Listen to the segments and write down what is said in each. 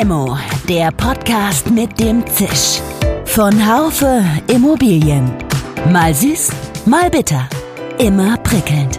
Limo, der Podcast mit dem Zisch. Von Haufe Immobilien. Mal süß, mal bitter. Immer prickelnd.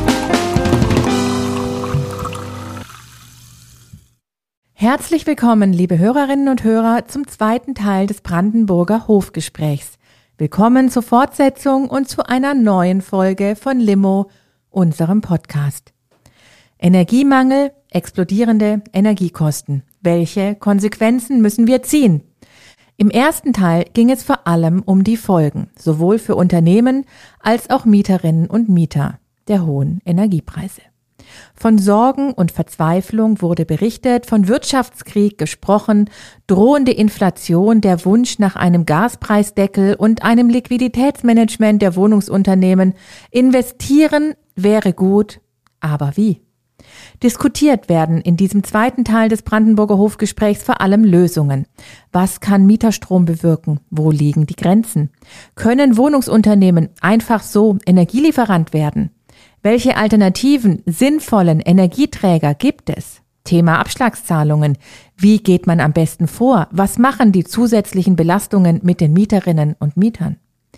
Herzlich willkommen, liebe Hörerinnen und Hörer, zum zweiten Teil des Brandenburger Hofgesprächs. Willkommen zur Fortsetzung und zu einer neuen Folge von Limo, unserem Podcast. Energiemangel, explodierende Energiekosten. Welche Konsequenzen müssen wir ziehen? Im ersten Teil ging es vor allem um die Folgen, sowohl für Unternehmen als auch Mieterinnen und Mieter der hohen Energiepreise. Von Sorgen und Verzweiflung wurde berichtet, von Wirtschaftskrieg gesprochen, drohende Inflation, der Wunsch nach einem Gaspreisdeckel und einem Liquiditätsmanagement der Wohnungsunternehmen. Investieren wäre gut, aber wie? Diskutiert werden in diesem zweiten Teil des Brandenburger Hofgesprächs vor allem Lösungen. Was kann Mieterstrom bewirken? Wo liegen die Grenzen? Können Wohnungsunternehmen einfach so Energielieferant werden? Welche alternativen, sinnvollen Energieträger gibt es? Thema Abschlagszahlungen. Wie geht man am besten vor? Was machen die zusätzlichen Belastungen mit den Mieterinnen und Mietern?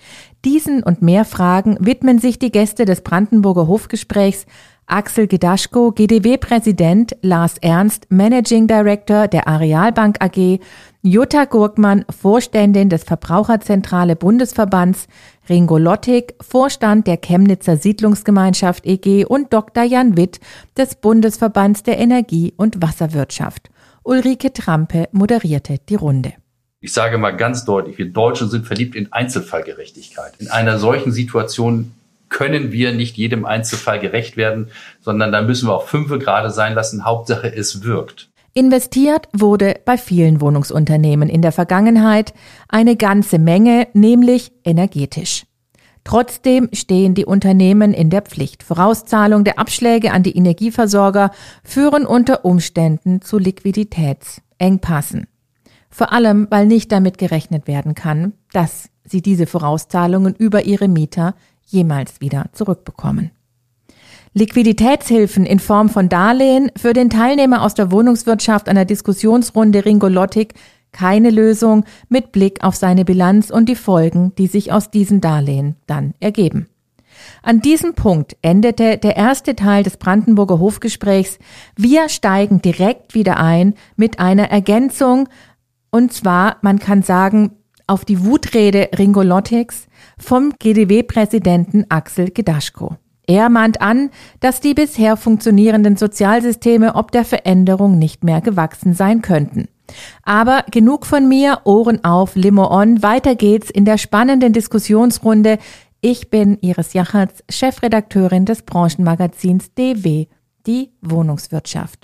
Diesen und mehr Fragen widmen sich die Gäste des Brandenburger Hofgesprächs: Axel Gedaschko, GDW-Präsident, Lars Ernst, Managing Director der Arealbank AG, Jutta Gurkmann, Vorständin des Verbraucherzentrale Bundesverbands, Ringo Lottig, Vorstand der Chemnitzer Siedlungsgemeinschaft e.G. und Dr. Jan Witt des Bundesverbands der Energie- und Wasserwirtschaft. Ulrike Trampe moderierte die Runde. Ich sage mal ganz deutlich, wir Deutschen sind verliebt in Einzelfallgerechtigkeit. In einer solchen Situation können wir nicht jedem Einzelfall gerecht werden, sondern da müssen wir auch 5 gerade sein lassen. Hauptsache, es wirkt. Investiert wurde bei vielen Wohnungsunternehmen in der Vergangenheit eine ganze Menge, nämlich energetisch. Trotzdem stehen die Unternehmen in der Pflicht. Vorauszahlung der Abschläge an die Energieversorger führen unter Umständen zu Liquiditätsengpassen. Vor allem, weil nicht damit gerechnet werden kann, dass sie diese Vorauszahlungen über ihre Mieter jemals wieder zurückbekommen. Liquiditätshilfen in Form von Darlehen für den Teilnehmer aus der Wohnungswirtschaft an der Diskussionsrunde Ringo Lottig keine Lösung mit Blick auf seine Bilanz und die Folgen, die sich aus diesen Darlehen dann ergeben. An diesem Punkt endete der erste Teil des Brandenburger Hofgesprächs. Wir steigen direkt wieder ein mit einer Ergänzung, und zwar, man kann sagen, auf die Wutrede Ringo Lottigs vom GDW-Präsidenten Axel Gedaschko. Er mahnt an, dass die bisher funktionierenden Sozialsysteme ob der Veränderung nicht mehr gewachsen sein könnten. Aber genug von mir, Ohren auf, Limo on, weiter geht's in der spannenden Diskussionsrunde. Ich bin Iris Jachertz, Chefredakteurin des Branchenmagazins DW, die Wohnungswirtschaft.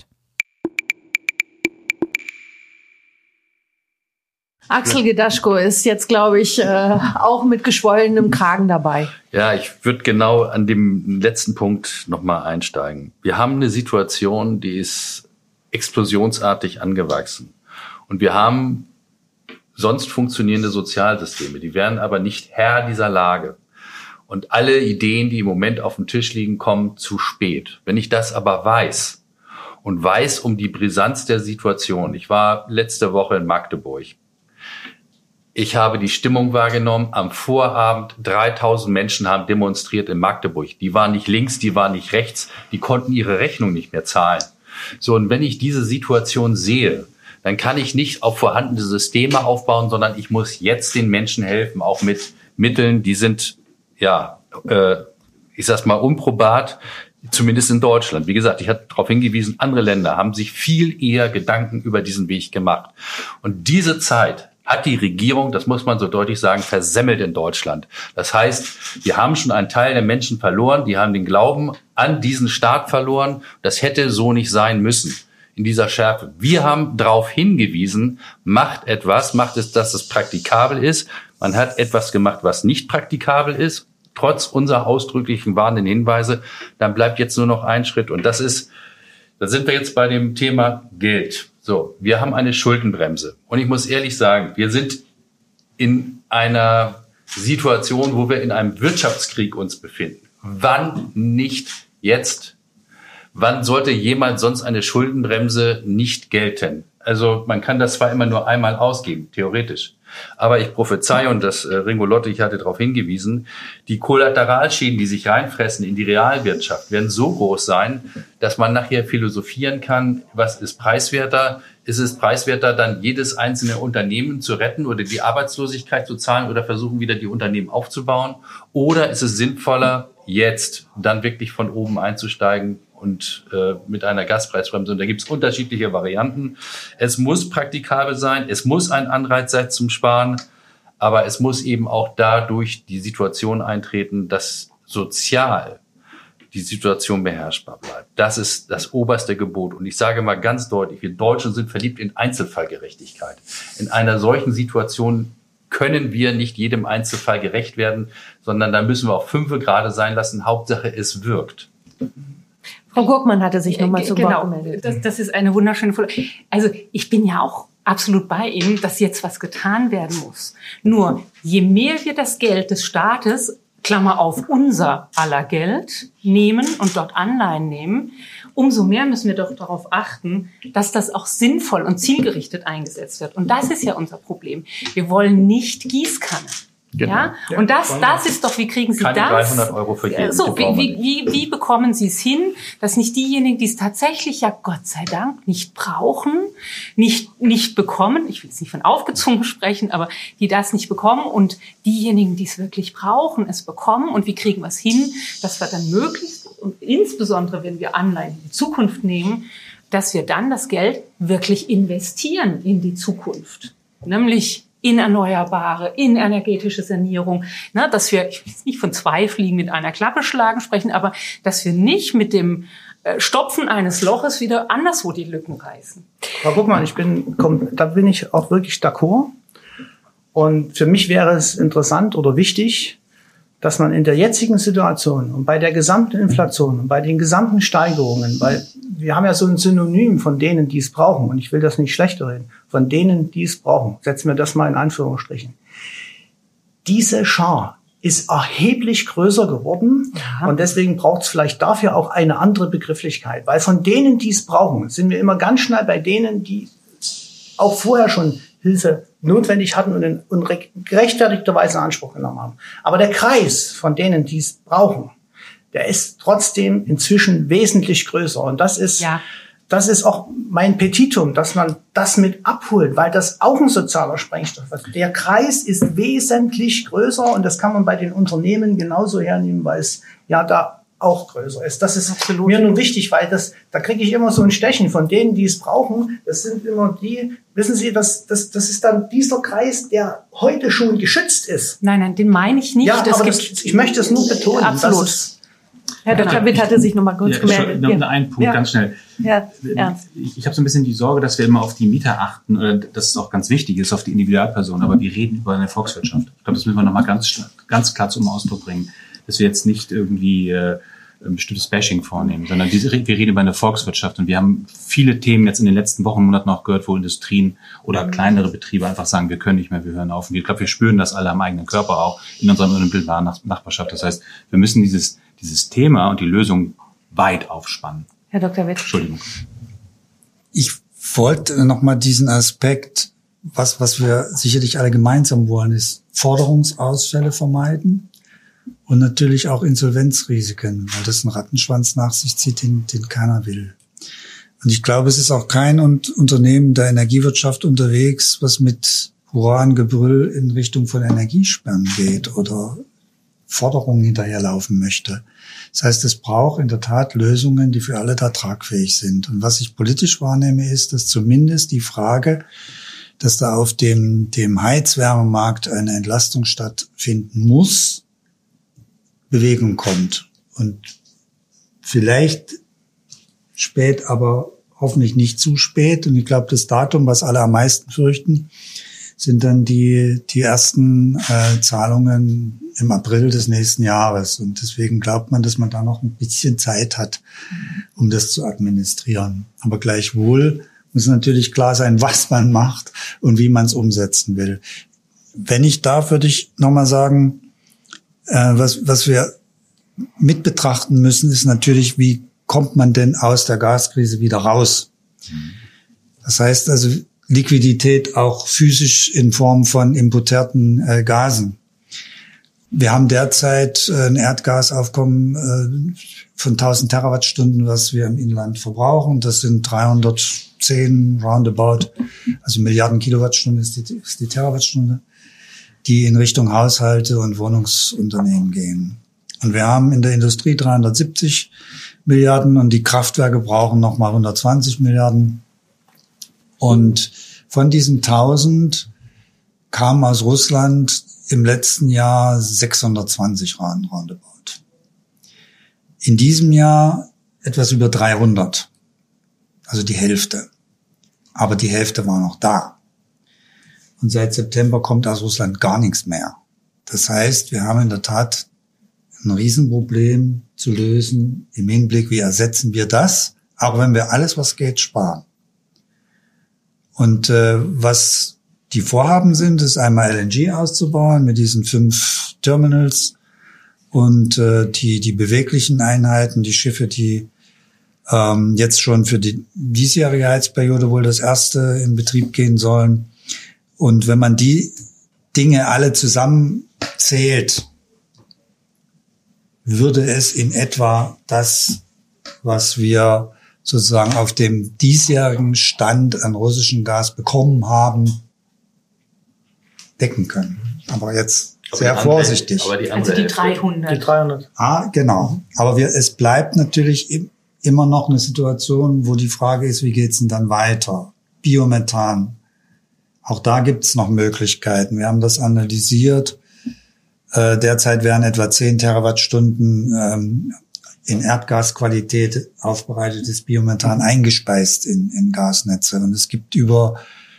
Axel Gedaschko ist jetzt, glaube ich, auch mit geschwollenem Kragen dabei. Ja, ich würde genau an dem letzten Punkt nochmal einsteigen. Wir haben eine Situation, die ist explosionsartig angewachsen. Und wir haben sonst funktionierende Sozialsysteme. Die werden aber nicht Herr dieser Lage. Und alle Ideen, die im Moment auf dem Tisch liegen, kommen zu spät. Wenn ich das aber weiß und weiß um die Brisanz der Situation. Ich war letzte Woche in Magdeburg. Ich habe die Stimmung wahrgenommen. Am Vorabend 3000 Menschen haben demonstriert in Magdeburg. Die waren nicht links, die waren nicht rechts. Die konnten ihre Rechnung nicht mehr zahlen. So, und wenn ich diese Situation sehe, dann kann ich nicht auf vorhandene Systeme aufbauen, sondern ich muss jetzt den Menschen helfen, auch mit Mitteln, die sind, ich sag's mal, unprobat, zumindest in Deutschland. Wie gesagt, ich hatte darauf hingewiesen, andere Länder haben sich viel eher Gedanken über diesen Weg gemacht. Und diese Zeit hat die Regierung, das muss man so deutlich sagen, versemmelt in Deutschland. Das heißt, wir haben schon einen Teil der Menschen verloren, die haben den Glauben an diesen Staat verloren. Das hätte so nicht sein müssen in dieser Schärfe. Wir haben darauf hingewiesen, macht es, dass es praktikabel ist. Man hat etwas gemacht, was nicht praktikabel ist, trotz unserer ausdrücklichen warnenden Hinweise. Dann bleibt jetzt nur noch ein Schritt, und da sind wir jetzt bei dem Thema Geld. So, wir haben eine Schuldenbremse. Und ich muss ehrlich sagen, wir sind in einer Situation, wo wir in einem Wirtschaftskrieg uns befinden. Wann nicht jetzt? Wann sollte jemand sonst eine Schuldenbremse nicht gelten? Also man kann das zwar immer nur einmal ausgeben, theoretisch. Aber ich prophezei, und das Ringo Lotte, ich hatte darauf hingewiesen, die Kollateralschäden, die sich reinfressen in die Realwirtschaft, werden so groß sein, dass man nachher philosophieren kann, was ist preiswerter? Ist es preiswerter, dann jedes einzelne Unternehmen zu retten oder die Arbeitslosigkeit zu zahlen oder versuchen, wieder die Unternehmen aufzubauen? Oder ist es sinnvoller, jetzt dann wirklich von oben einzusteigen und mit einer Gaspreisbremse? Und da gibt es unterschiedliche Varianten. Es muss praktikabel sein, es muss ein Anreiz sein zum Sparen, aber es muss eben auch dadurch die Situation eintreten, dass sozial die Situation beherrschbar bleibt. Das ist das oberste Gebot. Und ich sage mal ganz deutlich, wir Deutschen sind verliebt in Einzelfallgerechtigkeit. In einer solchen Situation können wir nicht jedem Einzelfall gerecht werden, sondern da müssen wir auch 5 gerade sein lassen. Hauptsache, es wirkt. Frau Gurkmann hatte sich nochmal zu Wort gemeldet. Das ist eine wunderschöne Frage. Also ich bin ja auch absolut bei Ihnen, dass jetzt was getan werden muss. Nur je mehr wir das Geld des Staates, Klammer auf, unser aller Geld nehmen und dort Anleihen nehmen, umso mehr müssen wir doch darauf achten, dass das auch sinnvoll und zielgerichtet eingesetzt wird. Und das ist ja unser Problem. Wir wollen nicht Gießkanne. Genau. Ja? Und das ist doch, wie kriegen Sie keine das? 300 Euro für jeden. So, wie bekommen Sie es hin, dass nicht diejenigen, die es tatsächlich ja Gott sei Dank nicht brauchen, nicht bekommen, ich will jetzt nicht von aufgezwungen sprechen, aber die das nicht bekommen und diejenigen, die es wirklich brauchen, es bekommen, und wie kriegen wir es hin, dass wir dann möglichst, und insbesondere wenn wir Anleihen in die Zukunft nehmen, dass wir dann das Geld wirklich investieren in die Zukunft, nämlich in Erneuerbare, in energetische Sanierung, dass wir, ich will nicht von 2 Fliegen mit einer Klappe schlagen sprechen, aber dass wir nicht mit dem Stopfen eines Loches wieder anderswo die Lücken reißen. Aber guck mal, da bin ich auch wirklich d'accord. Und für mich wäre es interessant oder wichtig, dass man in der jetzigen Situation und bei der gesamten Inflation und bei den gesamten Steigerungen, weil wir haben ja so ein Synonym von denen, die es brauchen, und ich will das nicht schlechter reden, von denen, die es brauchen, setzen wir das mal in Anführungsstrichen. Diese Schar ist erheblich größer geworden, und deswegen braucht es vielleicht dafür auch eine andere Begrifflichkeit, weil von denen, die es brauchen, sind wir immer ganz schnell bei denen, die auch vorher schon Hilfe notwendig hatten und gerechtfertigterweise in Anspruch genommen haben. Aber der Kreis von denen, die es brauchen, der ist trotzdem inzwischen wesentlich größer. Und das ist auch mein Petitum, dass man das mit abholt, weil das auch ein sozialer Sprengstoff ist. Der Kreis ist wesentlich größer, und das kann man bei den Unternehmen genauso hernehmen, weil es ja da auch größer ist. Das ist absolut mir nur wichtig, weil da kriege ich immer so ein Stechen von denen, die es brauchen. Das sind immer die, wissen Sie, das ist dann dieser Kreis, der heute schon geschützt ist. Nein, den meine ich nicht. Ja, aber ich möchte es nur betonen. Absolut. Herr Dr. Witt hatte sich nochmal kurz gemeldet. Noch einen Punkt, ganz schnell. Ja, ernst. Ich habe so ein bisschen die Sorge, dass wir immer auf die Mieter achten, oder dass es auch ganz wichtig ist, auf die Individualperson, aber wir reden über eine Volkswirtschaft. Ich glaube, das müssen wir nochmal ganz klar zum Ausdruck bringen, dass wir jetzt nicht irgendwie ein bestimmtes Bashing vornehmen, sondern wir reden über eine Volkswirtschaft, und wir haben viele Themen jetzt in den letzten Wochen, Monaten auch gehört, wo Industrien oder kleinere Betriebe einfach sagen, wir können nicht mehr, wir hören auf. Und ich glaube, wir spüren das alle am eigenen Körper auch in unserer unmittelbaren Nachbarschaft. Das heißt, wir müssen dieses Thema und die Lösung weit aufspannen. Herr Dr. Witt. Entschuldigung. Ich wollte nochmal diesen Aspekt, was wir sicherlich alle gemeinsam wollen, ist Forderungsausfälle vermeiden und natürlich auch Insolvenzrisiken, weil das einen Rattenschwanz nach sich zieht, den keiner will. Und ich glaube, es ist auch kein Unternehmen der Energiewirtschaft unterwegs, was mit Hurra-Gebrüll in Richtung von Energiesperren geht oder Forderungen hinterherlaufen möchte. Das heißt, es braucht in der Tat Lösungen, die für alle da tragfähig sind. Und was ich politisch wahrnehme, ist, dass zumindest die Frage, dass da auf dem Heizwärmemarkt eine Entlastung stattfinden muss, Bewegung kommt. Und vielleicht spät, aber hoffentlich nicht zu spät. Und ich glaube, das Datum, was alle am meisten fürchten, sind dann die ersten Zahlungen im April des nächsten Jahres. Und deswegen glaubt man, dass man da noch ein bisschen Zeit hat, um das zu administrieren. Aber gleichwohl muss natürlich klar sein, was man macht und wie man es umsetzen will. Wenn ich darf, würde ich nochmal sagen, was wir mit betrachten müssen, ist natürlich, wie kommt man denn aus der Gaskrise wieder raus? Das heißt also Liquidität auch physisch in Form von importierten Gasen. Wir haben derzeit ein Erdgasaufkommen von 1000 Terawattstunden, was wir im Inland verbrauchen. Das sind 310 roundabout, also Milliarden Kilowattstunden ist die Terawattstunde, die in Richtung Haushalte und Wohnungsunternehmen gehen. Und wir haben in der Industrie 370 Milliarden und die Kraftwerke brauchen nochmal 120 Milliarden. Und von diesen 1000 kamen aus Russland im letzten Jahr 620 roundabout. In diesem Jahr etwas über 300, also die Hälfte. Aber die Hälfte war noch da. Und seit September kommt aus Russland gar nichts mehr. Das heißt, wir haben in der Tat ein Riesenproblem zu lösen im Hinblick, wie ersetzen wir das, auch wenn wir alles, was geht, sparen. Und was die Vorhaben sind, ist einmal LNG auszubauen mit diesen 5 Terminals und die beweglichen Einheiten, die Schiffe, die jetzt schon für die diesjährige Heizperiode wohl das erste in Betrieb gehen sollen. Und wenn man die Dinge alle zusammenzählt, würde es in etwa das, was wir sozusagen auf dem diesjährigen Stand an russischem Gas bekommen haben, decken können. Aber jetzt sehr vorsichtig. Also die 300. Die 300. Genau. Aber es bleibt natürlich immer noch eine Situation, wo die Frage ist, wie geht's denn dann weiter? Biomethan. Auch da gibt's noch Möglichkeiten. Wir haben das analysiert. Derzeit werden etwa 10 Terawattstunden in Erdgasqualität aufbereitetes Biomethan eingespeist in Gasnetze. Und es gibt über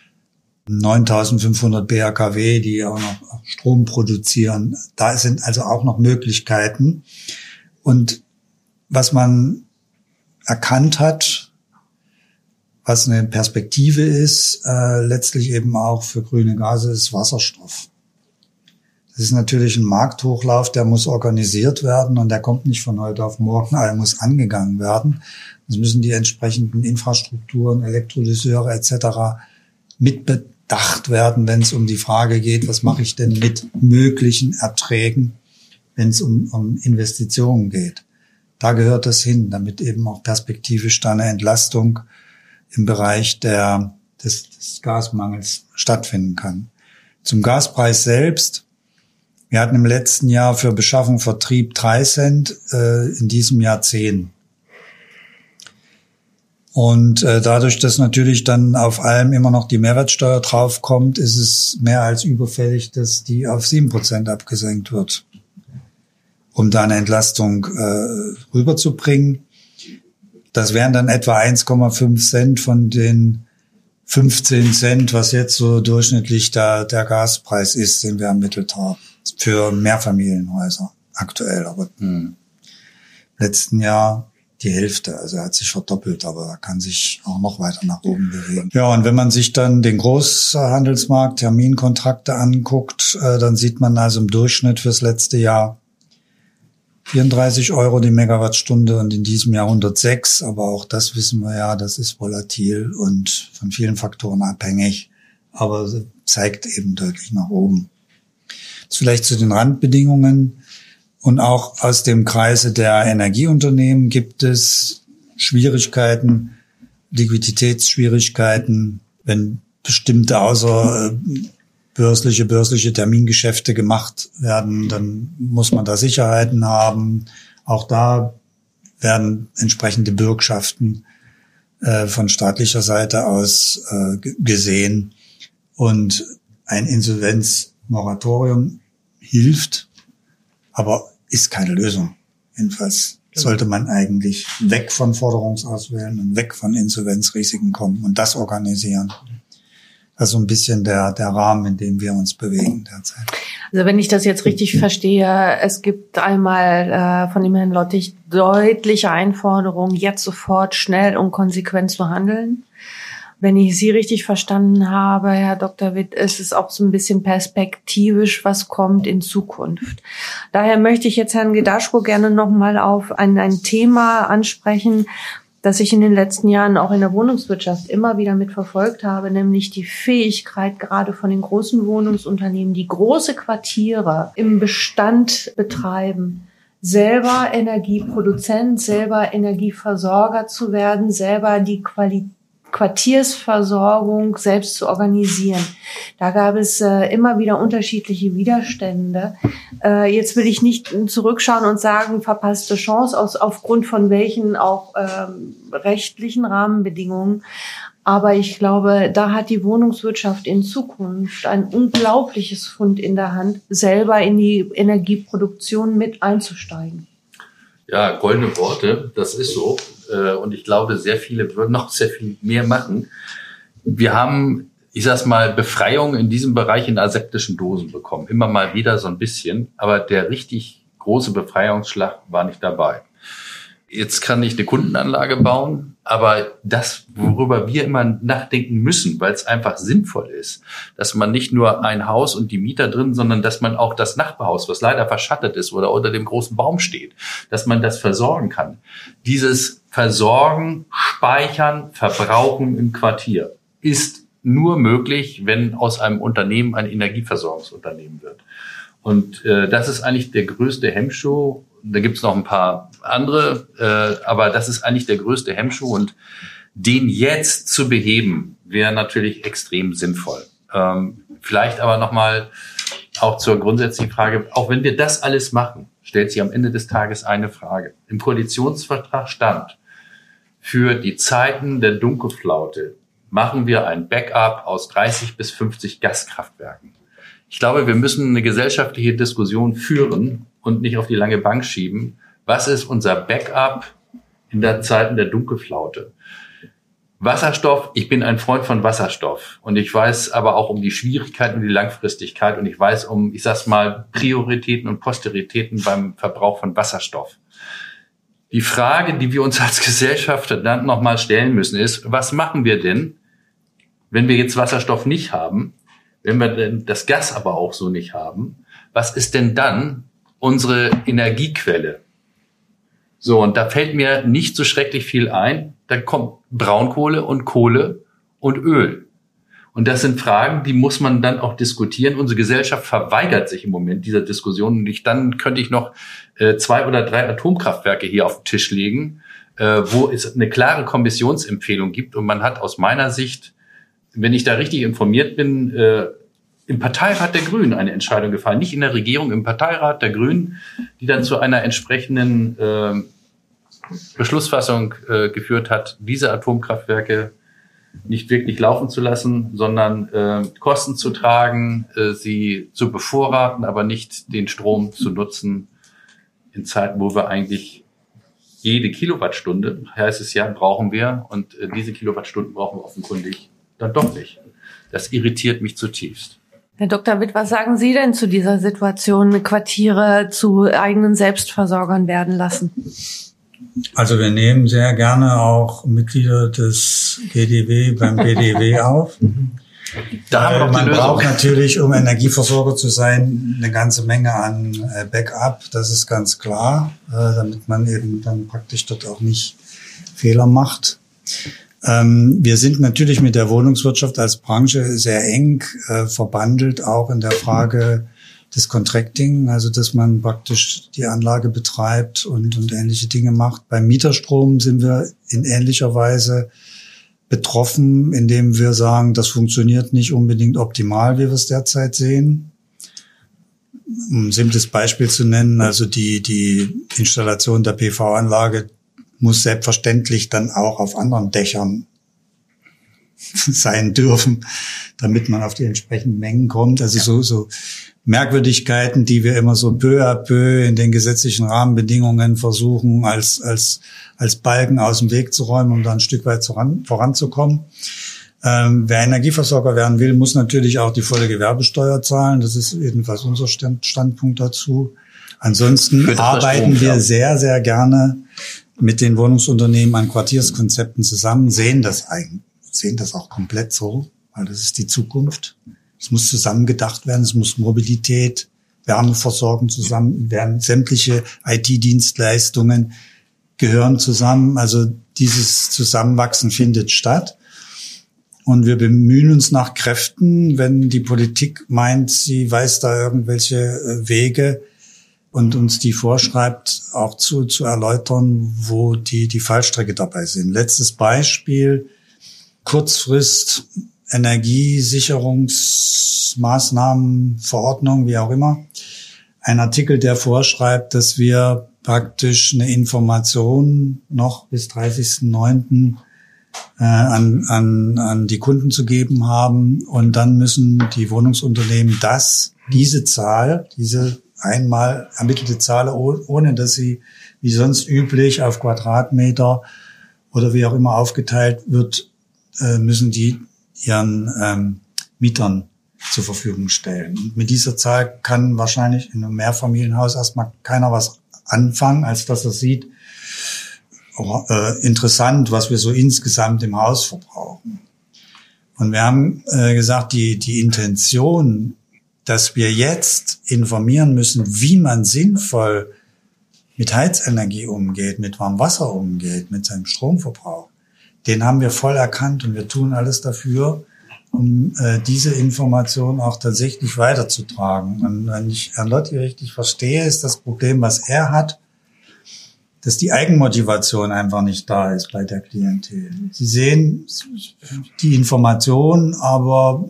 9.500 BHKW, die auch noch Strom produzieren. Da sind also auch noch Möglichkeiten. Und was man erkannt hat, was eine Perspektive ist, letztlich eben auch für grüne Gase, ist Wasserstoff. Das ist natürlich ein Markthochlauf, der muss organisiert werden und der kommt nicht von heute auf morgen, aber er muss angegangen werden. Es müssen die entsprechenden Infrastrukturen, Elektrolyseure etc. mitbedacht werden, wenn es um die Frage geht, was mache ich denn mit möglichen Erträgen, wenn es um Investitionen geht. Da gehört das hin, damit eben auch perspektivisch da eine Entlastung im Bereich des Gasmangels stattfinden kann. Zum Gaspreis selbst. Wir hatten im letzten Jahr für Beschaffung, Vertrieb 3 Cent, in diesem Jahr 10. Und dadurch, dass natürlich dann auf allem immer noch die Mehrwertsteuer draufkommt, ist es mehr als überfällig, dass die auf 7% abgesenkt wird, um da eine Entlastung rüberzubringen. Das wären dann etwa 1,5 Cent von den 15 Cent, was jetzt so durchschnittlich der Gaspreis ist, den wir ermittelt haben. Für Mehrfamilienhäuser aktuell, aber im letzten Jahr die Hälfte, also er hat sich verdoppelt, aber er kann sich auch noch weiter nach oben bewegen. Ja, und wenn man sich dann den Großhandelsmarkt, Terminkontrakte anguckt, dann sieht man also im Durchschnitt fürs letzte Jahr 34 € die Megawattstunde und in diesem Jahr 106, aber auch das wissen wir ja, das ist volatil und von vielen Faktoren abhängig, aber zeigt eben deutlich nach oben. Das vielleicht zu den Randbedingungen und auch aus dem Kreise der Energieunternehmen gibt es Schwierigkeiten, Liquiditätsschwierigkeiten, wenn bestimmte börsliche Termingeschäfte gemacht werden, dann muss man da Sicherheiten haben. Auch da werden entsprechende Bürgschaften von staatlicher Seite aus gesehen. Und ein Insolvenzmoratorium hilft, aber ist keine Lösung. Jedenfalls sollte man eigentlich weg von Forderungsauswählen und weg von Insolvenzrisiken kommen und das organisieren. Das ist so ein bisschen der Rahmen, in dem wir uns bewegen derzeit. Also wenn ich das jetzt richtig verstehe, es gibt einmal von dem Herrn Lottig deutliche Einforderungen, jetzt sofort schnell und konsequent zu handeln. Wenn ich Sie richtig verstanden habe, Herr Dr. Witt, ist es auch so ein bisschen perspektivisch, was kommt in Zukunft. Daher möchte ich jetzt Herrn Gedaschko gerne nochmal auf ein Thema ansprechen, das ich in den letzten Jahren auch in der Wohnungswirtschaft immer wieder mitverfolgt habe, nämlich die Fähigkeit gerade von den großen Wohnungsunternehmen, die große Quartiere im Bestand betreiben, selber Energieproduzent, selber Energieversorger zu werden, selber die Quartiersversorgung selbst zu organisieren. Da gab es immer wieder unterschiedliche Widerstände. Jetzt will ich nicht zurückschauen und sagen, verpasste Chance aufgrund von welchen auch rechtlichen Rahmenbedingungen. Aber ich glaube, da hat die Wohnungswirtschaft in Zukunft ein unglaubliches Fund in der Hand, selber in die Energieproduktion mit einzusteigen. Ja, goldene Worte, das ist so. Und ich glaube, sehr viele würden noch sehr viel mehr machen. Wir haben, ich sag's mal, Befreiung in diesem Bereich in aseptischen Dosen bekommen. Immer mal wieder so ein bisschen. Aber der richtig große Befreiungsschlag war nicht dabei. Jetzt kann ich eine Kundenanlage bauen, aber das, worüber wir immer nachdenken müssen, weil es einfach sinnvoll ist, dass man nicht nur ein Haus und die Mieter drin, sondern dass man auch das Nachbarhaus, was leider verschattet ist oder unter dem großen Baum steht, dass man das versorgen kann. Dieses Versorgen, Speichern, Verbrauchen im Quartier ist nur möglich, wenn aus einem Unternehmen ein Energieversorgungsunternehmen wird. Und das ist eigentlich der größte Hemmschuh. Da gibt's noch ein paar andere, aber das ist eigentlich der größte Hemmschuh. Und den jetzt zu beheben, wäre natürlich extrem sinnvoll. Vielleicht aber nochmal auch zur grundsätzlichen Frage, auch wenn wir das alles machen, stellt sich am Ende des Tages eine Frage. Im Koalitionsvertrag stand, für die Zeiten der Dunkelflaute machen wir ein Backup aus 30 bis 50 Gaskraftwerken. Ich glaube, wir müssen eine gesellschaftliche Diskussion führen und nicht auf die lange Bank schieben. Was ist unser Backup in der Zeiten der Dunkelflaute? Wasserstoff, ich bin ein Freund von Wasserstoff und ich weiß aber auch um die Schwierigkeiten und die Langfristigkeit und ich weiß um, ich sag's mal, Prioritäten und Posteritäten beim Verbrauch von Wasserstoff. Die Frage, die wir uns als Gesellschaft dann nochmal stellen müssen, ist, was machen wir denn, wenn wir jetzt Wasserstoff nicht haben? Wenn wir denn das Gas aber auch so nicht haben, was ist denn dann unsere Energiequelle? So, und da fällt mir nicht so schrecklich viel ein. Da kommt Braunkohle und Kohle und Öl. Und das sind Fragen, die muss man dann auch diskutieren. Unsere Gesellschaft verweigert sich im Moment dieser Diskussion. Und dann könnte ich noch 2 oder 3 Atomkraftwerke hier auf den Tisch legen, wo es eine klare Kommissionsempfehlung gibt. Und man hat aus meiner Sicht, wenn ich da richtig informiert bin, im Parteirat der Grünen eine Entscheidung gefallen. Nicht in der Regierung, im Parteirat der Grünen, die dann zu einer entsprechenden Beschlussfassung geführt hat, diese Atomkraftwerke nicht wirklich laufen zu lassen, sondern Kosten zu tragen, sie zu bevorraten, aber nicht den Strom zu nutzen in Zeiten, wo wir eigentlich jede Kilowattstunde, heißt es ja, brauchen wir. Und diese Kilowattstunden brauchen wir offenkundig dann doch nicht. Das irritiert mich zutiefst. Herr Dr. Witt, was sagen Sie denn zu dieser Situation, Quartiere zu eigenen Selbstversorgern werden lassen? Also wir nehmen sehr gerne auch Mitglieder des GDW beim BDW auf. Da haben wir noch die Lösung. Man braucht natürlich, um Energieversorger zu sein, eine ganze Menge an Backup. Das ist ganz klar, damit man eben dann praktisch dort auch nicht Fehler macht. Wir sind natürlich mit der Wohnungswirtschaft als Branche sehr eng verbandelt, auch in der Frage des Contracting, also dass man praktisch die Anlage betreibt und ähnliche Dinge macht. Beim Mieterstrom sind wir in ähnlicher Weise betroffen, indem wir sagen, das funktioniert nicht unbedingt optimal, wie wir es derzeit sehen. Um ein simples Beispiel zu nennen, also die Installation der PV-Anlage muss selbstverständlich dann auch auf anderen Dächern sein dürfen, damit man auf die entsprechenden Mengen kommt. Also so Merkwürdigkeiten, die wir immer so peu à peu in den gesetzlichen Rahmenbedingungen versuchen, als Balken aus dem Weg zu räumen, um da ein Stück weit voranzukommen. Wer Energieversorger werden will, muss natürlich auch die volle Gewerbesteuer zahlen. Das ist jedenfalls unser Standpunkt dazu. Ansonsten arbeiten wir sehr, sehr gerne mit den Wohnungsunternehmen an Quartierskonzepten zusammen, sehen das auch komplett so, weil das ist die Zukunft. Es muss zusammen gedacht werden, es muss Mobilität, Wärmeversorgung zusammen werden, sämtliche IT-Dienstleistungen gehören zusammen. Also dieses Zusammenwachsen findet statt. Und wir bemühen uns nach Kräften, wenn die Politik meint, sie weiß da irgendwelche Wege und uns die vorschreibt, auch zu erläutern, wo die Fallstricke dabei sind. Letztes Beispiel, Kurzfrist, Energiesicherungsmaßnahmen, Verordnung, wie auch immer. Ein Artikel, der vorschreibt, dass wir praktisch eine Information noch bis 30.09. An die Kunden zu geben haben. Und dann müssen die Wohnungsunternehmen diese einmal ermittelte Zahl, ohne dass sie wie sonst üblich auf Quadratmeter oder wie auch immer aufgeteilt wird, müssen die ihren Mietern zur Verfügung stellen. Und mit dieser Zahl kann wahrscheinlich in einem Mehrfamilienhaus erstmal keiner was anfangen, als dass er sieht, interessant, was wir so insgesamt im Haus verbrauchen. Und wir haben gesagt, die Intention, dass wir jetzt informieren müssen, wie man sinnvoll mit Heizenergie umgeht, mit Warmwasser umgeht, mit seinem Stromverbrauch, den haben wir voll erkannt und wir tun alles dafür, um diese Information auch tatsächlich weiterzutragen. Und wenn ich Herrn Lotti richtig verstehe, ist das Problem, was er hat, dass die Eigenmotivation einfach nicht da ist bei der Klientel. Sie sehen die Information, aber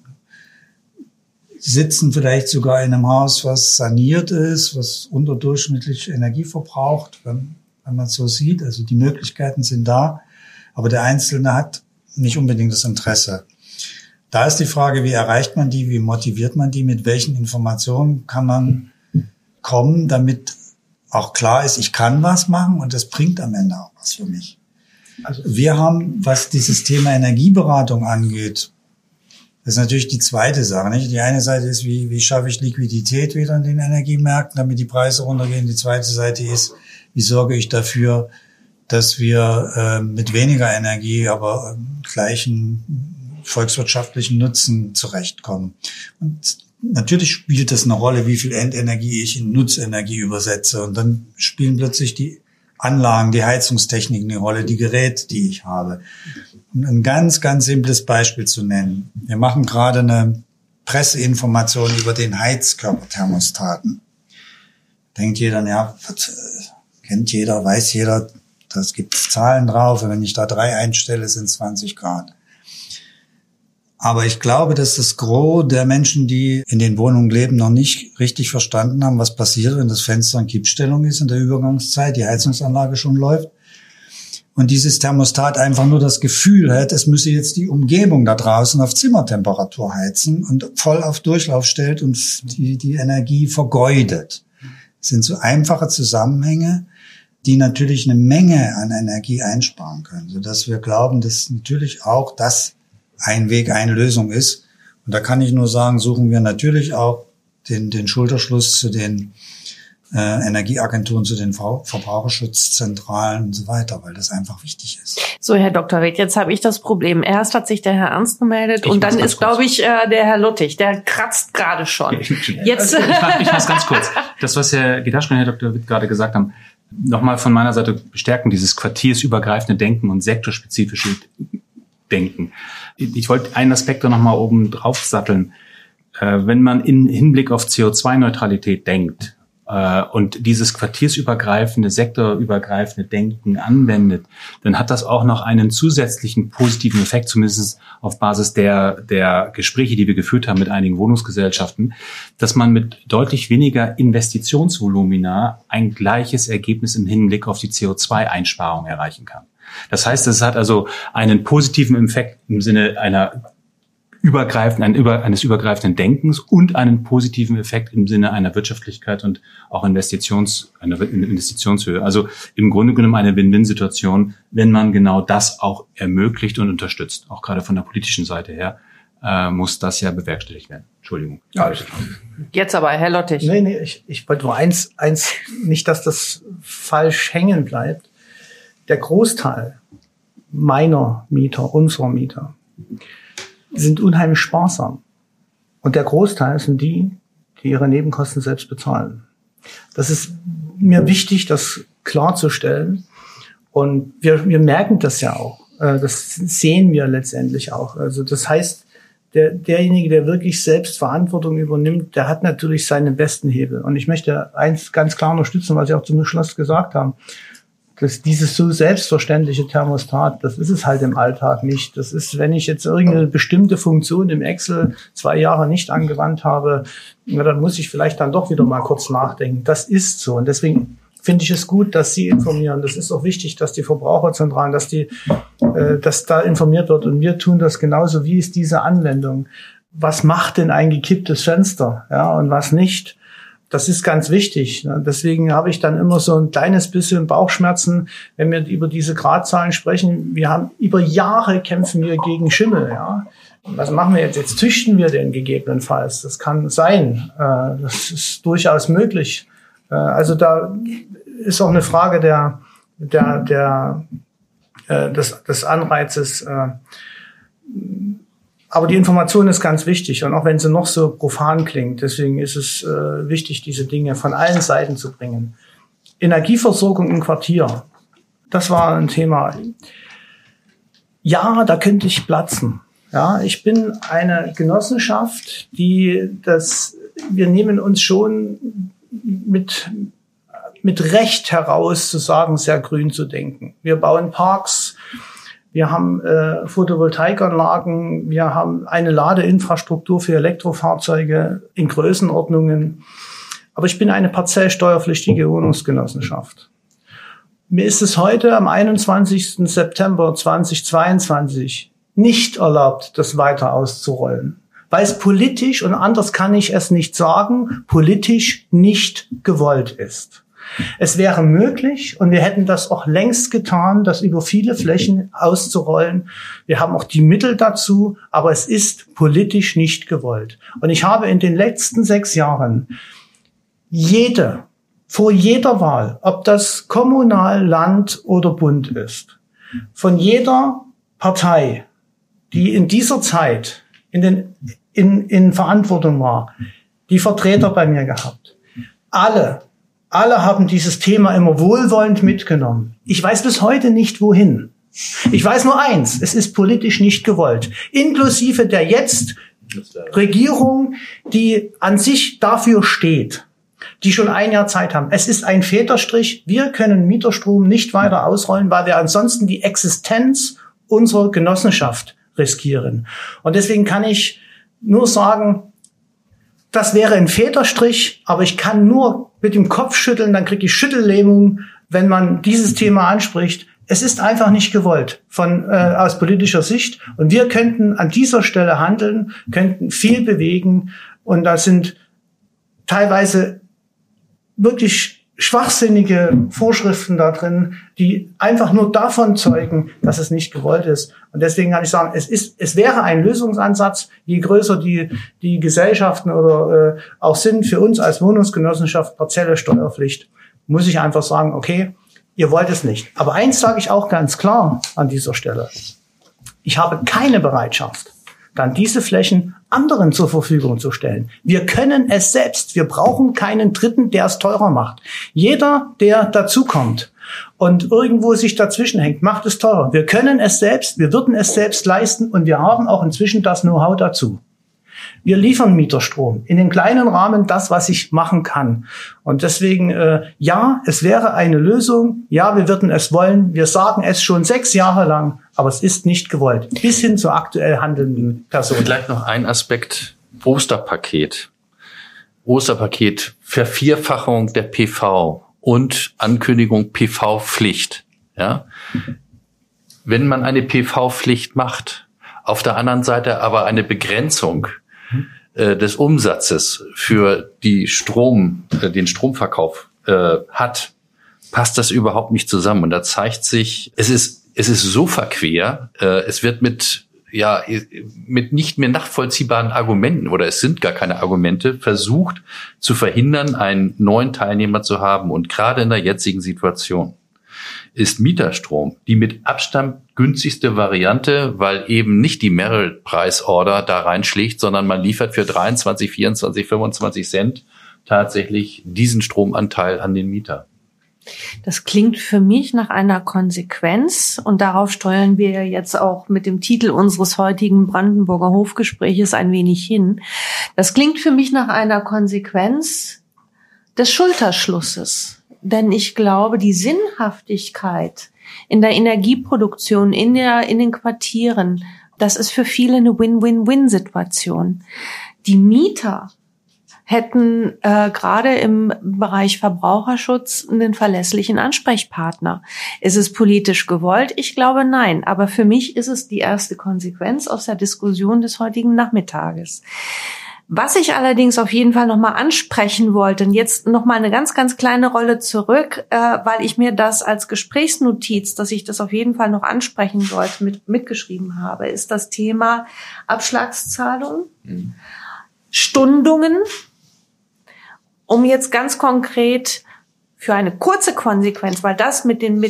sitzen vielleicht sogar in einem Haus, was saniert ist, was unterdurchschnittlich Energie verbraucht, wenn man es so sieht. Also die Möglichkeiten sind da, aber der Einzelne hat nicht unbedingt das Interesse. Da ist die Frage, wie erreicht man die, wie motiviert man die, mit welchen Informationen kann man kommen, damit auch klar ist, ich kann was machen und das bringt am Ende auch was für mich. Also wir haben, was dieses Thema Energieberatung angeht, das ist natürlich die zweite Sache, nicht? Die eine Seite ist, wie schaffe ich Liquidität wieder in den Energiemärkten, damit die Preise runtergehen. Die zweite Seite ist, wie sorge ich dafür, dass wir mit weniger Energie, aber gleichen volkswirtschaftlichen Nutzen zurechtkommen. Und natürlich spielt das eine Rolle, wie viel Endenergie ich in Nutzenergie übersetze. Und dann spielen plötzlich die Anlagen, die Heizungstechniken eine Rolle, die Geräte, die ich habe. Um ein ganz, ganz simples Beispiel zu nennen. Wir machen gerade eine Presseinformation über den Heizkörperthermostaten. Denkt jeder, ja, kennt jeder, weiß jeder, das gibt Zahlen drauf. Und wenn ich da 3 einstelle, sind es 20 Grad. Aber ich glaube, dass das Gros der Menschen, die in den Wohnungen leben, noch nicht richtig verstanden haben, was passiert, wenn das Fenster in Kippstellung ist in der Übergangszeit, die Heizungsanlage schon läuft und dieses Thermostat einfach nur das Gefühl hat, es müsse jetzt die Umgebung da draußen auf Zimmertemperatur heizen und voll auf Durchlauf stellt und die Energie vergeudet. Das sind so einfache Zusammenhänge, die natürlich eine Menge an Energie einsparen können, sodass wir glauben, dass natürlich auch das ein Weg, eine Lösung ist. Und da kann ich nur sagen, suchen wir natürlich auch den Schulterschluss zu den Energieagenturen, zu den Verbraucherschutzzentralen und so weiter, weil das einfach wichtig ist. So, Herr Dr. Reth, jetzt habe ich das Problem. Erst hat sich der Herr Ernst gemeldet und dann ist, glaube ich, der Herr Luttig. Der kratzt gerade schon. Jetzt ich mach's ganz kurz. Das, was Herr Getaschke und Herr Dr. Witt gerade gesagt haben, nochmal von meiner Seite bestärken, dieses quartiersübergreifende Denken und sektorspezifische Denken. Ich wollte einen Aspekt da nochmal oben drauf satteln. Wenn man in Hinblick auf CO2-Neutralität denkt und dieses quartiersübergreifende, sektorübergreifende Denken anwendet, dann hat das auch noch einen zusätzlichen positiven Effekt, zumindest auf Basis der Gespräche, die wir geführt haben mit einigen Wohnungsgesellschaften, dass man mit deutlich weniger Investitionsvolumina ein gleiches Ergebnis im Hinblick auf die CO2-Einsparung erreichen kann. Das heißt, es hat also einen positiven Effekt im Sinne eines übergreifenden Denkens und einen positiven Effekt im Sinne einer Wirtschaftlichkeit und auch einer Investitionshöhe. Also im Grunde genommen eine Win-Win-Situation, wenn man genau das auch ermöglicht und unterstützt. Auch gerade von der politischen Seite her muss das ja bewerkstelligt werden. Entschuldigung. Ja, jetzt aber, Herr Lottig. Nee, ich wollte nur eins, nicht, dass das falsch hängen bleibt. Der Großteil meiner Mieter, unserer Mieter, sind unheimlich sparsam. Und der Großteil sind die ihre Nebenkosten selbst bezahlen. Das ist mir wichtig, das klarzustellen. Und wir merken das ja auch. Das sehen wir letztendlich auch. Also das heißt, derjenige, der wirklich selbst Verantwortung übernimmt, der hat natürlich seinen besten Hebel. Und ich möchte eins ganz klar unterstützen, was Sie auch zum Schluss gesagt haben. Dass dieses so selbstverständliche Thermostat, das ist es halt im Alltag nicht. Das ist, wenn ich jetzt irgendeine bestimmte Funktion im Excel 2 Jahre nicht angewandt habe, dann muss ich vielleicht dann doch wieder mal kurz nachdenken. Das ist so. Und deswegen finde ich es gut, dass Sie informieren. Das ist auch wichtig, dass die Verbraucherzentralen, dass da informiert wird. Und wir tun das genauso. Wie ist diese Anwendung? Was macht denn ein gekipptes Fenster? Ja, und was nicht? Das ist ganz wichtig. Deswegen habe ich dann immer so ein kleines bisschen Bauchschmerzen, wenn wir über diese Gradzahlen sprechen. Wir haben über Jahre kämpfen wir gegen Schimmel. Ja, was machen wir jetzt? Jetzt züchten wir den gegebenenfalls. Das kann sein. Das ist durchaus möglich. Also da ist auch eine Frage des Anreizes. Aber die Information ist ganz wichtig. Und auch wenn sie noch so profan klingt, deswegen ist es wichtig, diese Dinge von allen Seiten zu bringen. Energieversorgung im Quartier. Das war ein Thema. Ja, da könnte ich platzen. Ja, ich bin eine Genossenschaft, wir nehmen uns schon mit Recht heraus zu sagen, sehr grün zu denken. Wir bauen Parks, wir haben Photovoltaikanlagen, wir haben eine Ladeinfrastruktur für Elektrofahrzeuge in Größenordnungen. Aber ich bin eine parzellsteuerpflichtige Wohnungsgenossenschaft. Mir ist es heute am 21. September 2022 nicht erlaubt, das weiter auszurollen. Weil es politisch, und anders kann ich es nicht sagen, politisch nicht gewollt ist. Es wäre möglich, und wir hätten das auch längst getan, das über viele Flächen auszurollen. Wir haben auch die Mittel dazu, aber es ist politisch nicht gewollt. Und ich habe in den letzten 6 Jahren vor jeder Wahl, ob das Kommunal, Land oder Bund ist, von jeder Partei, die in dieser Zeit in Verantwortung war, die Vertreter bei mir gehabt. Alle haben dieses Thema immer wohlwollend mitgenommen. Ich weiß bis heute nicht, wohin. Ich weiß nur eins, es ist politisch nicht gewollt. Inklusive der jetzt Regierung, die an sich dafür steht, die schon 1 Jahr Zeit haben. Es ist ein Federstrich. Wir können Mieterstrom nicht weiter ausrollen, weil wir ansonsten die Existenz unserer Genossenschaft riskieren. Und deswegen kann ich nur sagen, das wäre ein Federstrich, aber ich kann nur mit dem Kopf schütteln, dann kriege ich Schüttellähmung, wenn man dieses Thema anspricht. Es ist einfach nicht gewollt aus politischer Sicht. Und wir könnten an dieser Stelle handeln, könnten viel bewegen. Und da sind teilweise wirklich schwachsinnige Vorschriften da drin, die einfach nur davon zeugen, dass es nicht gewollt ist. Und deswegen kann ich sagen, es wäre ein Lösungsansatz, je größer die Gesellschaften oder auch sind für uns als Wohnungsgenossenschaft partielle Steuerpflicht, muss ich einfach sagen, okay, ihr wollt es nicht. Aber eins sage ich auch ganz klar an dieser Stelle. Ich habe keine Bereitschaft, dann diese Flächen anderen zur Verfügung zu stellen. Wir können es selbst. Wir brauchen keinen Dritten, der es teurer macht. Jeder, der dazukommt und irgendwo sich dazwischen hängt, macht es teurer. Wir können es selbst, wir würden es selbst leisten und wir haben auch inzwischen das Know-how dazu. Wir liefern Mieterstrom in den kleinen Rahmen, das, was ich machen kann. Und deswegen, ja, es wäre eine Lösung. Ja, wir würden es wollen. Wir sagen es schon 6 Jahre lang, aber es ist nicht gewollt. Bis hin zur aktuell handelnden Person. Vielleicht noch ein Aspekt. Osterpaket. Vervierfachung der PV und Ankündigung PV-Pflicht. Ja? Wenn man eine PV-Pflicht macht, auf der anderen Seite aber eine Begrenzung des Umsatzes für den Stromverkauf hat, passt das überhaupt nicht zusammen. Und da zeigt sich, es ist so verquer, es wird mit nicht mehr nachvollziehbaren Argumenten, oder es sind gar keine Argumente, versucht zu verhindern, einen neuen Teilnehmer zu haben. Und gerade in der jetzigen Situation ist Mieterstrom die mit Abstand günstigste Variante, weil eben nicht die Merit-Price-Order da reinschlägt, sondern man liefert für 23, 24, 25 Cent tatsächlich diesen Stromanteil an den Mieter. Das klingt für mich nach einer Konsequenz und darauf steuern wir jetzt auch mit dem Titel unseres heutigen Brandenburger Hofgespräches ein wenig hin. Das klingt für mich nach einer Konsequenz des Schulterschlusses, denn ich glaube, die Sinnhaftigkeit in der Energieproduktion, in den Quartieren, das ist für viele eine Win-Win-Win-Situation. Die Mieter hätten gerade im Bereich Verbraucherschutz einen verlässlichen Ansprechpartner. Ist es politisch gewollt? Ich glaube, nein. Aber für mich ist es die erste Konsequenz aus der Diskussion des heutigen Nachmittages. Was ich allerdings auf jeden Fall nochmal ansprechen wollte, und jetzt nochmal eine ganz, ganz kleine Rolle zurück, weil ich mir das als Gesprächsnotiz, dass ich das auf jeden Fall noch ansprechen sollte, mitgeschrieben habe, ist das Thema Abschlagszahlung, Stundungen, um jetzt ganz konkret für eine kurze Konsequenz, weil das mit den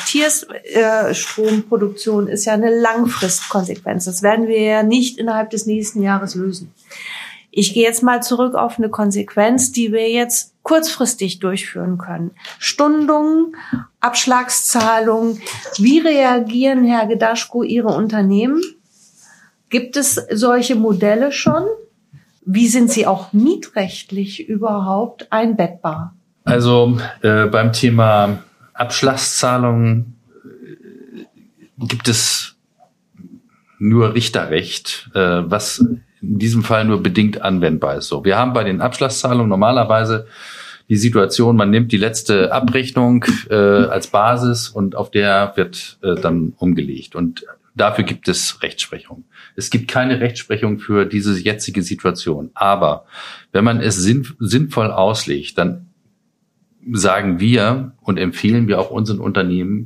Quartiersstromproduktionen ist ja eine Langfristkonsequenz. Das werden wir ja nicht innerhalb des nächsten Jahres lösen. Ich gehe jetzt mal zurück auf eine Konsequenz, die wir jetzt kurzfristig durchführen können. Stundungen, Abschlagszahlungen. Wie reagieren, Herr Gedaschko, Ihre Unternehmen? Gibt es solche Modelle schon? Wie sind sie auch mietrechtlich überhaupt einbettbar? Also beim Thema Abschlagszahlungen gibt es nur Richterrecht, was in diesem Fall nur bedingt anwendbar ist. So, wir haben bei den Abschlagszahlungen normalerweise die Situation, man nimmt die letzte Abrechnung als Basis und auf der wird dann umgelegt. Und dafür gibt es Rechtsprechung. Es gibt keine Rechtsprechung für diese jetzige Situation. Aber wenn man es sinnvoll auslegt, dann sagen wir und empfehlen wir auch unseren Unternehmen,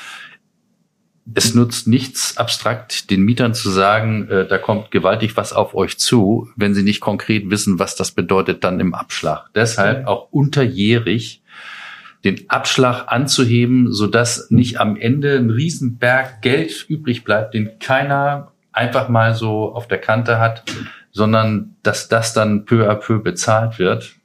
es nutzt nichts abstrakt, den Mietern zu sagen, da kommt gewaltig was auf euch zu, wenn sie nicht konkret wissen, was das bedeutet dann im Abschlag. Deshalb auch unterjährig den Abschlag anzuheben, sodass nicht am Ende ein Riesenberg Geld übrig bleibt, den keiner einfach mal so auf der Kante hat, sondern dass das dann peu à peu bezahlt wird.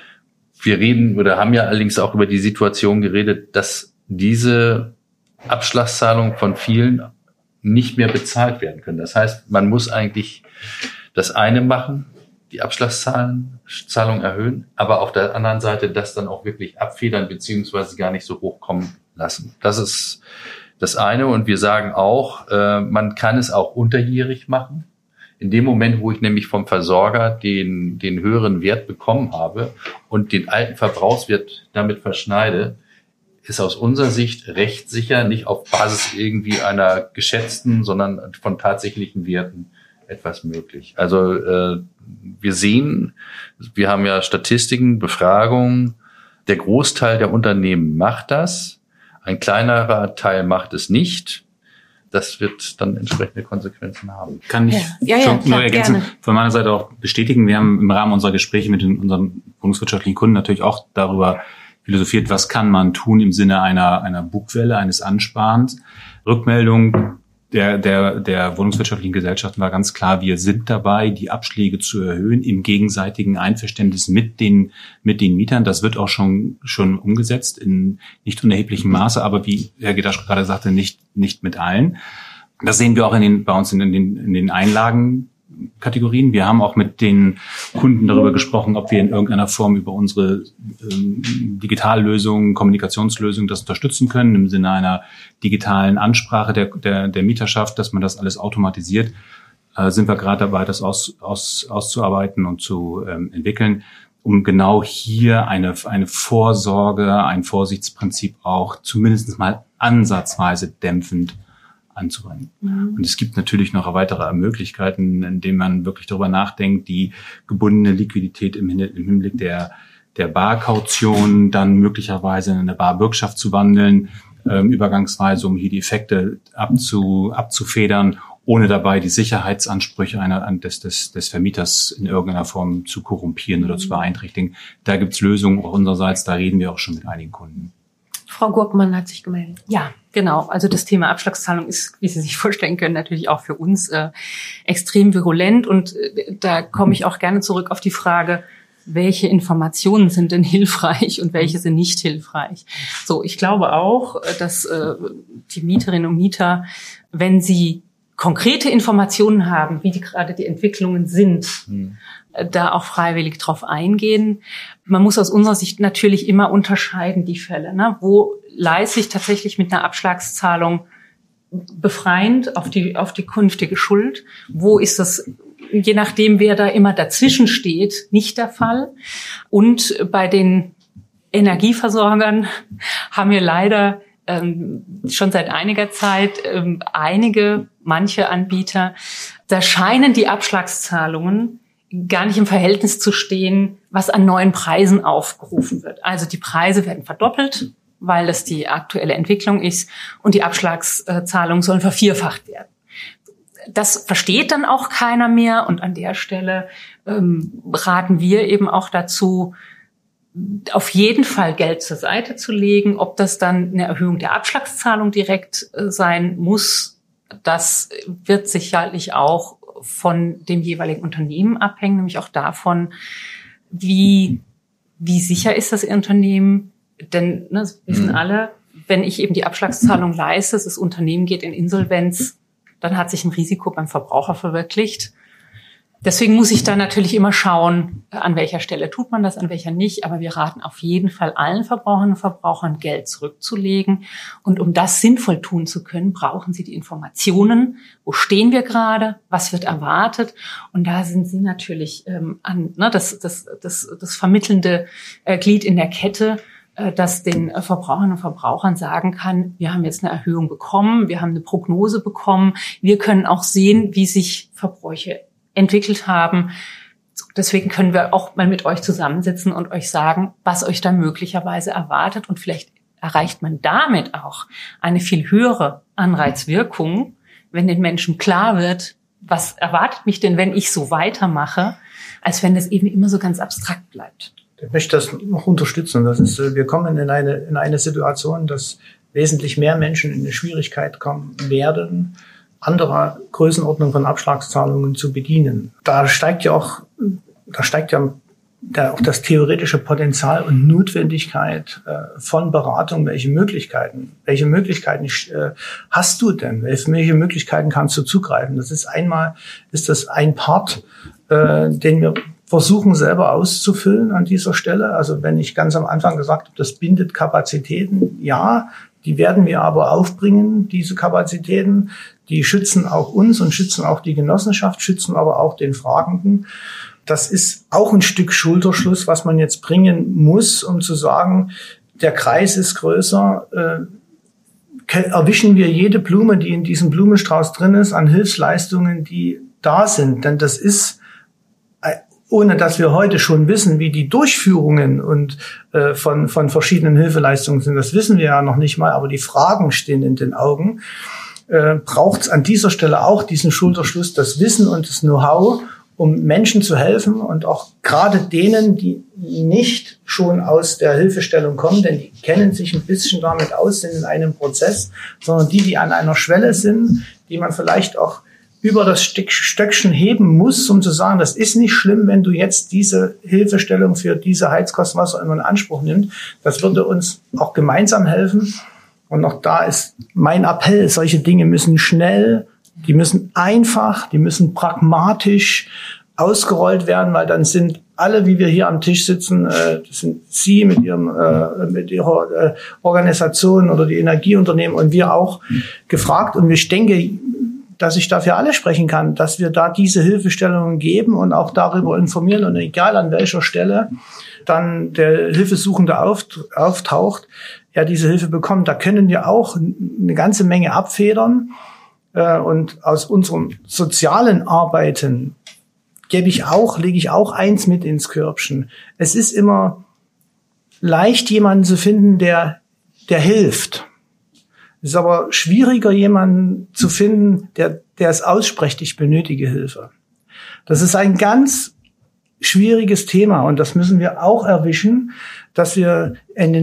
Wir reden oder haben ja allerdings auch über die Situation geredet, dass diese Abschlagszahlungen von vielen nicht mehr bezahlt werden können. Das heißt, man muss eigentlich das eine machen, die Abschlagszahlung erhöhen, aber auf der anderen Seite das dann auch wirklich abfedern beziehungsweise gar nicht so hoch kommen lassen. Das ist das eine. Und wir sagen auch, man kann es auch unterjährig machen. In dem Moment, wo ich nämlich vom Versorger den höheren Wert bekommen habe und den alten Verbrauchswert damit verschneide, ist aus unserer Sicht rechtssicher, nicht auf Basis irgendwie einer geschätzten, sondern von tatsächlichen Werten etwas möglich. Also wir sehen, wir haben ja Statistiken, Befragungen, der Großteil der Unternehmen macht das, ein kleinerer Teil macht es nicht. Das wird dann entsprechende Konsequenzen haben. Kann ich nur ergänzen, gerne. Von meiner Seite auch bestätigen. Wir haben im Rahmen unserer Gespräche mit unseren wohnungswirtschaftlichen Kunden natürlich auch darüber philosophiert, was kann man tun im Sinne einer Bugwelle, eines Ansparens. Rückmeldung der wohnungswirtschaftlichen Gesellschaften war ganz klar, wir sind dabei, die Abschläge zu erhöhen im gegenseitigen Einverständnis mit den Mietern. Das wird auch schon umgesetzt in nicht unerheblichem Maße, aber wie Herr Gedaschko gerade sagte, nicht mit allen. Das sehen wir auch bei uns in den Einlagenkategorien. Wir haben auch mit den Kunden darüber gesprochen, ob wir in irgendeiner Form über unsere Digitallösungen, Kommunikationslösungen das unterstützen können, im Sinne einer digitalen Ansprache der Mieterschaft, dass man das alles automatisiert. Sind wir gerade dabei, das auszuarbeiten und zu entwickeln, um genau hier eine Vorsorge, ein Vorsichtsprinzip auch zumindest mal ansatzweise dämpfend anzubringen. Mhm. Und es gibt natürlich noch weitere Möglichkeiten, indem man wirklich darüber nachdenkt, die gebundene Liquidität im Hinblick der Barkaution dann möglicherweise in eine Barbürgschaft zu wandeln, übergangsweise, um hier die Effekte abzufedern, ohne dabei die Sicherheitsansprüche des Vermieters in irgendeiner Form zu korrumpieren oder zu beeinträchtigen. Da gibt's Lösungen auch unsererseits, da reden wir auch schon mit einigen Kunden. Frau Gurkmann hat sich gemeldet. Ja, genau. Also das Thema Abschlagszahlung ist, wie Sie sich vorstellen können, natürlich auch für uns extrem virulent. Und da komme ich auch gerne zurück auf die Frage, welche Informationen sind denn hilfreich und welche sind nicht hilfreich. So, ich glaube auch, dass die Mieterinnen und Mieter, wenn sie konkrete Informationen haben, wie gerade die Entwicklungen sind, da auch freiwillig drauf eingehen. Man muss aus unserer Sicht natürlich immer unterscheiden, die Fälle, ne? Wo leiste ich tatsächlich mit einer Abschlagszahlung befreiend auf die künftige Schuld? Wo ist das, je nachdem, wer da immer dazwischen steht, nicht der Fall? Und bei den Energieversorgern haben wir leider schon seit einiger Zeit manche Anbieter, da scheinen die Abschlagszahlungen gar nicht im Verhältnis zu stehen, was an neuen Preisen aufgerufen wird. Also die Preise werden verdoppelt, weil das die aktuelle Entwicklung ist, und die Abschlagszahlungen sollen vervierfacht werden. Das versteht dann auch keiner mehr, und an der Stelle raten wir eben auch dazu, auf jeden Fall Geld zur Seite zu legen. Ob das dann eine Erhöhung der Abschlagszahlung direkt sein muss, das wird sicherlich auch von dem jeweiligen Unternehmen abhängen, nämlich auch davon, wie sicher ist das Unternehmen. Denn das wissen alle, wenn ich eben die Abschlagszahlung leiste, das Unternehmen geht in Insolvenz, dann hat sich ein Risiko beim Verbraucher verwirklicht. Deswegen muss ich da natürlich immer schauen, an welcher Stelle tut man das, an welcher nicht. Aber wir raten auf jeden Fall allen Verbraucherinnen und Verbrauchern, Geld zurückzulegen. Und um das sinnvoll tun zu können, brauchen sie die Informationen. Wo stehen wir gerade? Was wird erwartet? Und da sind sie natürlich das vermittelnde Glied in der Kette, das den Verbraucherinnen und Verbrauchern sagen kann, wir haben jetzt eine Erhöhung bekommen, wir haben eine Prognose bekommen, wir können auch sehen, wie sich Verbräuche entwickelt haben. Deswegen können wir auch mal mit euch zusammensitzen und euch sagen, was euch da möglicherweise erwartet. Und vielleicht erreicht man damit auch eine viel höhere Anreizwirkung, wenn den Menschen klar wird, was erwartet mich denn, wenn ich so weitermache, als wenn das eben immer so ganz abstrakt bleibt. Ich möchte das noch unterstützen. Das ist, wir kommen in eine Situation, dass wesentlich mehr Menschen in eine Schwierigkeit kommen werden, anderer Größenordnung von Abschlagszahlungen zu bedienen. Da steigt ja auch das theoretische Potenzial und Notwendigkeit von Beratung. Welche Möglichkeiten hast du denn? Welche Möglichkeiten kannst du zugreifen? Das ist das ein Part, den wir versuchen selber auszufüllen an dieser Stelle. Also wenn ich ganz am Anfang gesagt habe, das bindet Kapazitäten, ja, die werden wir aber aufbringen, diese Kapazitäten. Die schützen auch uns und schützen auch die Genossenschaft, schützen aber auch den Fragenden. Das ist auch ein Stück Schulterschluss, was man jetzt bringen muss, um zu sagen, der Kreis ist größer. Erwischen wir jede Blume, die in diesem Blumenstrauß drin ist, an Hilfsleistungen, die da sind. Denn das ist, ohne dass wir heute schon wissen, wie die Durchführungen und von verschiedenen Hilfeleistungen sind, das wissen wir ja noch nicht mal, aber die Fragen stehen in den Augen, braucht es an dieser Stelle auch diesen Schulterschluss, das Wissen und das Know-how, um Menschen zu helfen und auch gerade denen, die nicht schon aus der Hilfestellung kommen, denn die kennen sich ein bisschen damit aus, sind in einem Prozess, sondern die an einer Schwelle sind, die man vielleicht auch über das Stöckchen heben muss, um zu sagen, das ist nicht schlimm, wenn du jetzt diese Hilfestellung für diese Heizkosten, was auch immer in Anspruch nimmst. Das würde uns auch gemeinsam helfen. Und auch da ist mein Appell, solche Dinge müssen schnell, die müssen einfach, die müssen pragmatisch ausgerollt werden, weil dann sind alle, wie wir hier am Tisch sitzen, das sind Sie mit Ihrer Organisation oder die Energieunternehmen und wir auch gefragt. Und ich denke, dass ich dafür alle sprechen kann, dass wir da diese Hilfestellungen geben und auch darüber informieren und egal an welcher Stelle dann der Hilfesuchende auftaucht, er diese Hilfe bekommt. Da können wir auch eine ganze Menge abfedern und aus unserem sozialen Arbeiten lege ich auch eins mit ins Körbchen. Es ist immer leicht, jemanden zu finden, der hilft. Es ist aber schwieriger, jemanden zu finden, der es ausspricht, ich benötige Hilfe. Das ist ein ganz schwieriges Thema und das müssen wir auch erwischen, dass wir einen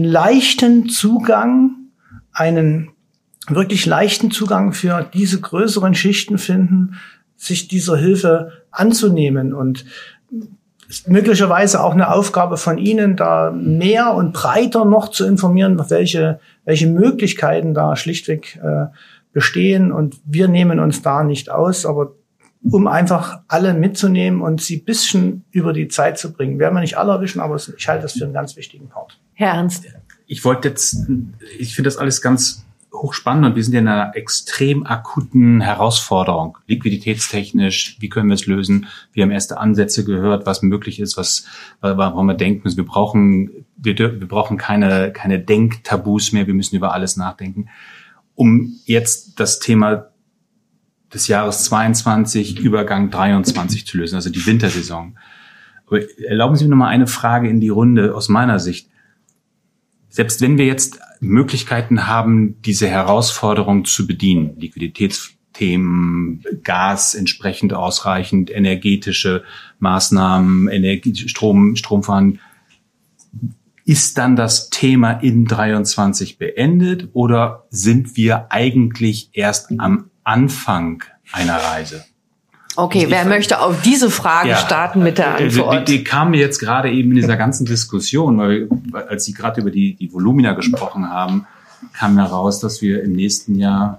wirklich leichten Zugang für diese größeren Schichten finden, sich dieser Hilfe anzunehmen. Und ist möglicherweise auch eine Aufgabe von Ihnen, da mehr und breiter noch zu informieren, welche Möglichkeiten da schlichtweg bestehen. Und wir nehmen uns da nicht aus, aber um einfach alle mitzunehmen und sie ein bisschen über die Zeit zu bringen. Werden wir nicht alle erwischen, aber ich halte das für einen ganz wichtigen Part. Herr Ernst. Ich finde das alles ganz hochspannend und wir sind ja in einer extrem akuten Herausforderung, liquiditätstechnisch. Wie können wir es lösen? Wir haben erste Ansätze gehört, was möglich ist, warum wir denken müssen. Wir brauchen keine Denktabus mehr. Wir müssen über alles nachdenken. Um jetzt das Thema des Jahres 22, Übergang 23 zu lösen, also die Wintersaison. Aber erlauben Sie mir noch mal eine Frage in die Runde aus meiner Sicht. Selbst wenn wir jetzt Möglichkeiten haben, diese Herausforderung zu bedienen, Liquiditätsthemen, Gas entsprechend ausreichend, energetische Maßnahmen, Stromfahren, ist dann das Thema in 23 beendet oder sind wir eigentlich erst am Anfang einer Reise? Okay, wer möchte auf diese Frage starten mit der Antwort? Die kam mir jetzt gerade eben in dieser ganzen Diskussion, weil als Sie gerade über die Volumina gesprochen haben, kam heraus, dass wir im nächsten Jahr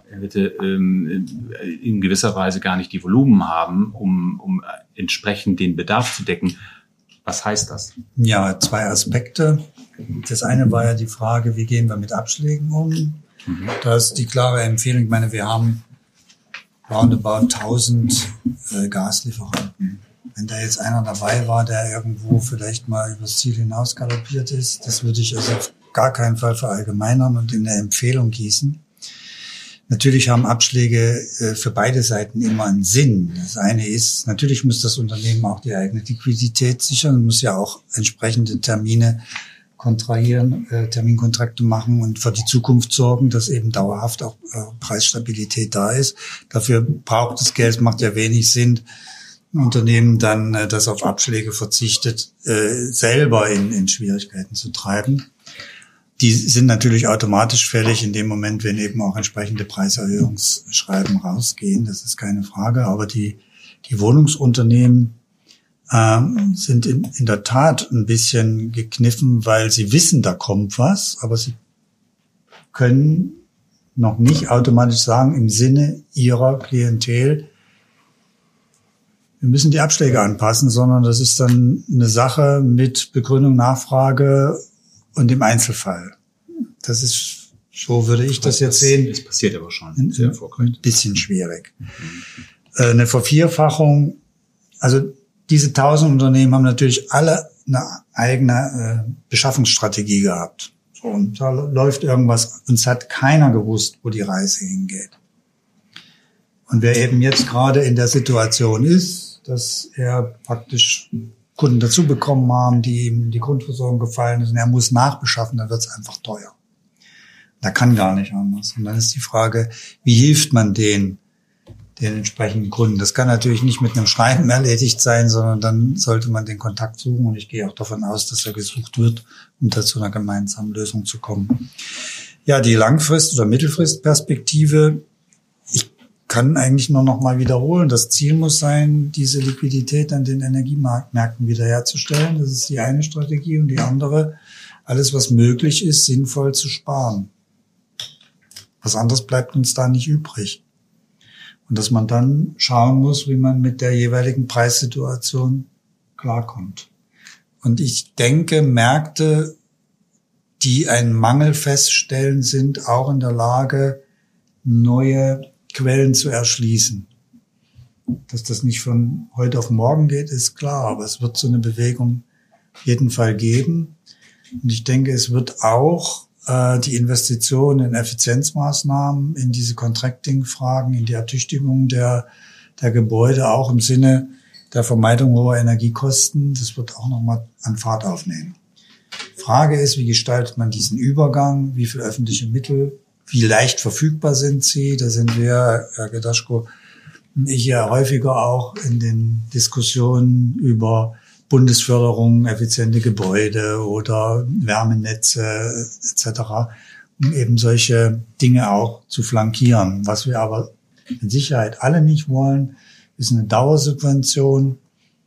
in gewisser Weise gar nicht die Volumen haben, um entsprechend den Bedarf zu decken. Was heißt das? Ja, 2 Aspekte. Das eine war ja die Frage, wie gehen wir mit Abschlägen um? Da ist die klare Empfehlung, ich meine, wir haben roundabout 1000 Gaslieferanten. Wenn da jetzt einer dabei war, der irgendwo vielleicht mal übers Ziel hinaus galoppiert ist, das würde ich also auf gar keinen Fall verallgemeinern und in eine Empfehlung gießen. Natürlich haben Abschläge für beide Seiten immer einen Sinn. Das eine ist, natürlich muss das Unternehmen auch die eigene Liquidität sichern, muss ja auch entsprechende Termine kontrahieren, Terminkontrakte machen und für die Zukunft sorgen, dass eben dauerhaft auch Preisstabilität da ist. Dafür braucht das Geld, macht ja wenig Sinn, ein Unternehmen dann, das auf Abschläge verzichtet, selber in Schwierigkeiten zu treiben. Die sind natürlich automatisch fällig in dem Moment, wenn eben auch entsprechende Preiserhöhungsschreiben rausgehen. Das ist keine Frage. Aber die Wohnungsunternehmen sind in der Tat ein bisschen gekniffen, weil sie wissen, da kommt was, aber sie können noch nicht automatisch sagen, im Sinne ihrer Klientel, wir müssen die Abschläge anpassen, sondern das ist dann eine Sache mit Begründung, Nachfrage und im Einzelfall. Das ist, so würde ich das jetzt sehen. Das passiert aber schon sehr erfolgreich. Ein bisschen schwierig. Eine Vervierfachung, also diese 1000 Unternehmen haben natürlich alle eine eigene Beschaffungsstrategie gehabt. So, und da läuft irgendwas. Uns hat keiner gewusst, wo die Reise hingeht. Und wer eben jetzt gerade in der Situation ist, dass er praktisch Kunden dazu bekommen haben, die ihm die Grundversorgung gefallen ist und er muss nachbeschaffen, dann wird es einfach teuer. Da kann gar nicht anders. Und dann ist die Frage, wie hilft man den entsprechenden Kunden? Das kann natürlich nicht mit einem Schreiben erledigt sein, sondern dann sollte man den Kontakt suchen und ich gehe auch davon aus, dass er gesucht wird, um da zu einer gemeinsamen Lösung zu kommen. Ja, die Langfrist- oder Mittelfristperspektive, ich kann eigentlich nur noch mal wiederholen, das Ziel muss sein, diese Liquidität an den Energiemärkten wiederherzustellen. Das ist die eine Strategie und die andere, alles was möglich ist, sinnvoll zu sparen. Was anderes bleibt uns da nicht übrig. Und dass man dann schauen muss, wie man mit der jeweiligen Preissituation klarkommt. Und ich denke, Märkte, die einen Mangel feststellen, sind auch in der Lage, neue Quellen zu erschließen. Dass das nicht von heute auf morgen geht, ist klar, aber es wird so eine Bewegung auf jeden Fall geben. Und ich denke, es wird auch die Investition in Effizienzmaßnahmen, in diese Contracting-Fragen, in die Ertüchtigung der Gebäude, auch im Sinne der Vermeidung hoher Energiekosten, das wird auch nochmal an Fahrt aufnehmen. Frage ist, wie gestaltet man diesen Übergang? Wie viel öffentliche Mittel? Wie leicht verfügbar sind sie? Da sind wir, Herr Gedaschko, ich ja häufiger auch in den Diskussionen über Bundesförderung, effiziente Gebäude oder Wärmenetze etc., um eben solche Dinge auch zu flankieren. Was wir aber mit Sicherheit alle nicht wollen, ist eine Dauersubvention.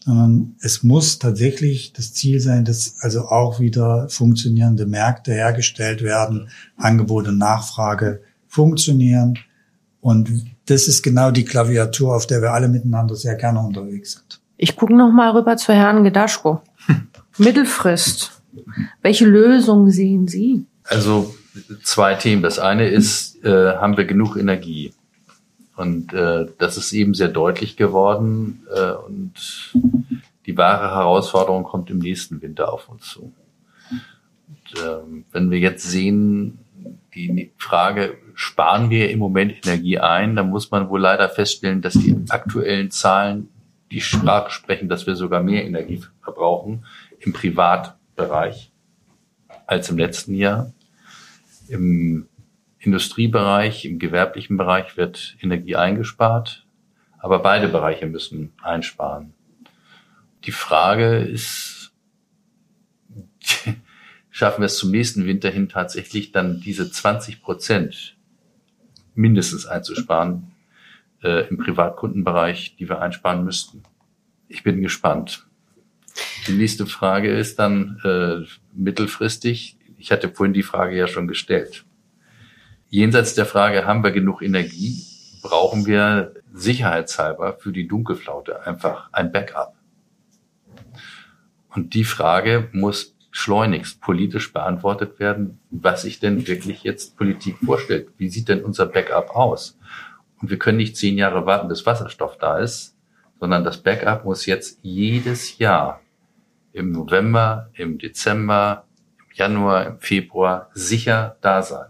sondern es muss tatsächlich das Ziel sein, dass also auch wieder funktionierende Märkte hergestellt werden, Angebot und Nachfrage funktionieren. Und das ist genau die Klaviatur, auf der wir alle miteinander sehr gerne unterwegs sind. Ich gucke noch mal rüber zu Herrn Gedaschko. Mittelfrist. Welche Lösung sehen Sie? Also 2 Themen. Das eine ist, haben wir genug Energie? Und das ist eben sehr deutlich geworden. Und die wahre Herausforderung kommt im nächsten Winter auf uns zu. Und, wenn wir jetzt sehen, die Frage, sparen wir im Moment Energie ein, dann muss man wohl leider feststellen, dass die aktuellen Zahlen die Sprache sprechen, dass wir sogar mehr Energie verbrauchen im Privatbereich als im letzten Jahr. Im Industriebereich, im gewerblichen Bereich wird Energie eingespart, aber beide Bereiche müssen einsparen. Die Frage ist, schaffen wir es zum nächsten Winter hin tatsächlich dann diese 20% mindestens einzusparen im Privatkundenbereich, die wir einsparen müssten. Ich bin gespannt. Die nächste Frage ist dann mittelfristig. Ich hatte vorhin die Frage ja schon gestellt. Jenseits der Frage, haben wir genug Energie, brauchen wir sicherheitshalber für die Dunkelflaute einfach ein Backup. Und die Frage muss schleunigst politisch beantwortet werden, was sich denn wirklich jetzt Politik vorstellt. Wie sieht denn unser Backup aus? Und wir können nicht 10 Jahre warten, bis Wasserstoff da ist, sondern das Backup muss jetzt jedes Jahr im November, im Dezember, im Januar, im Februar sicher da sein.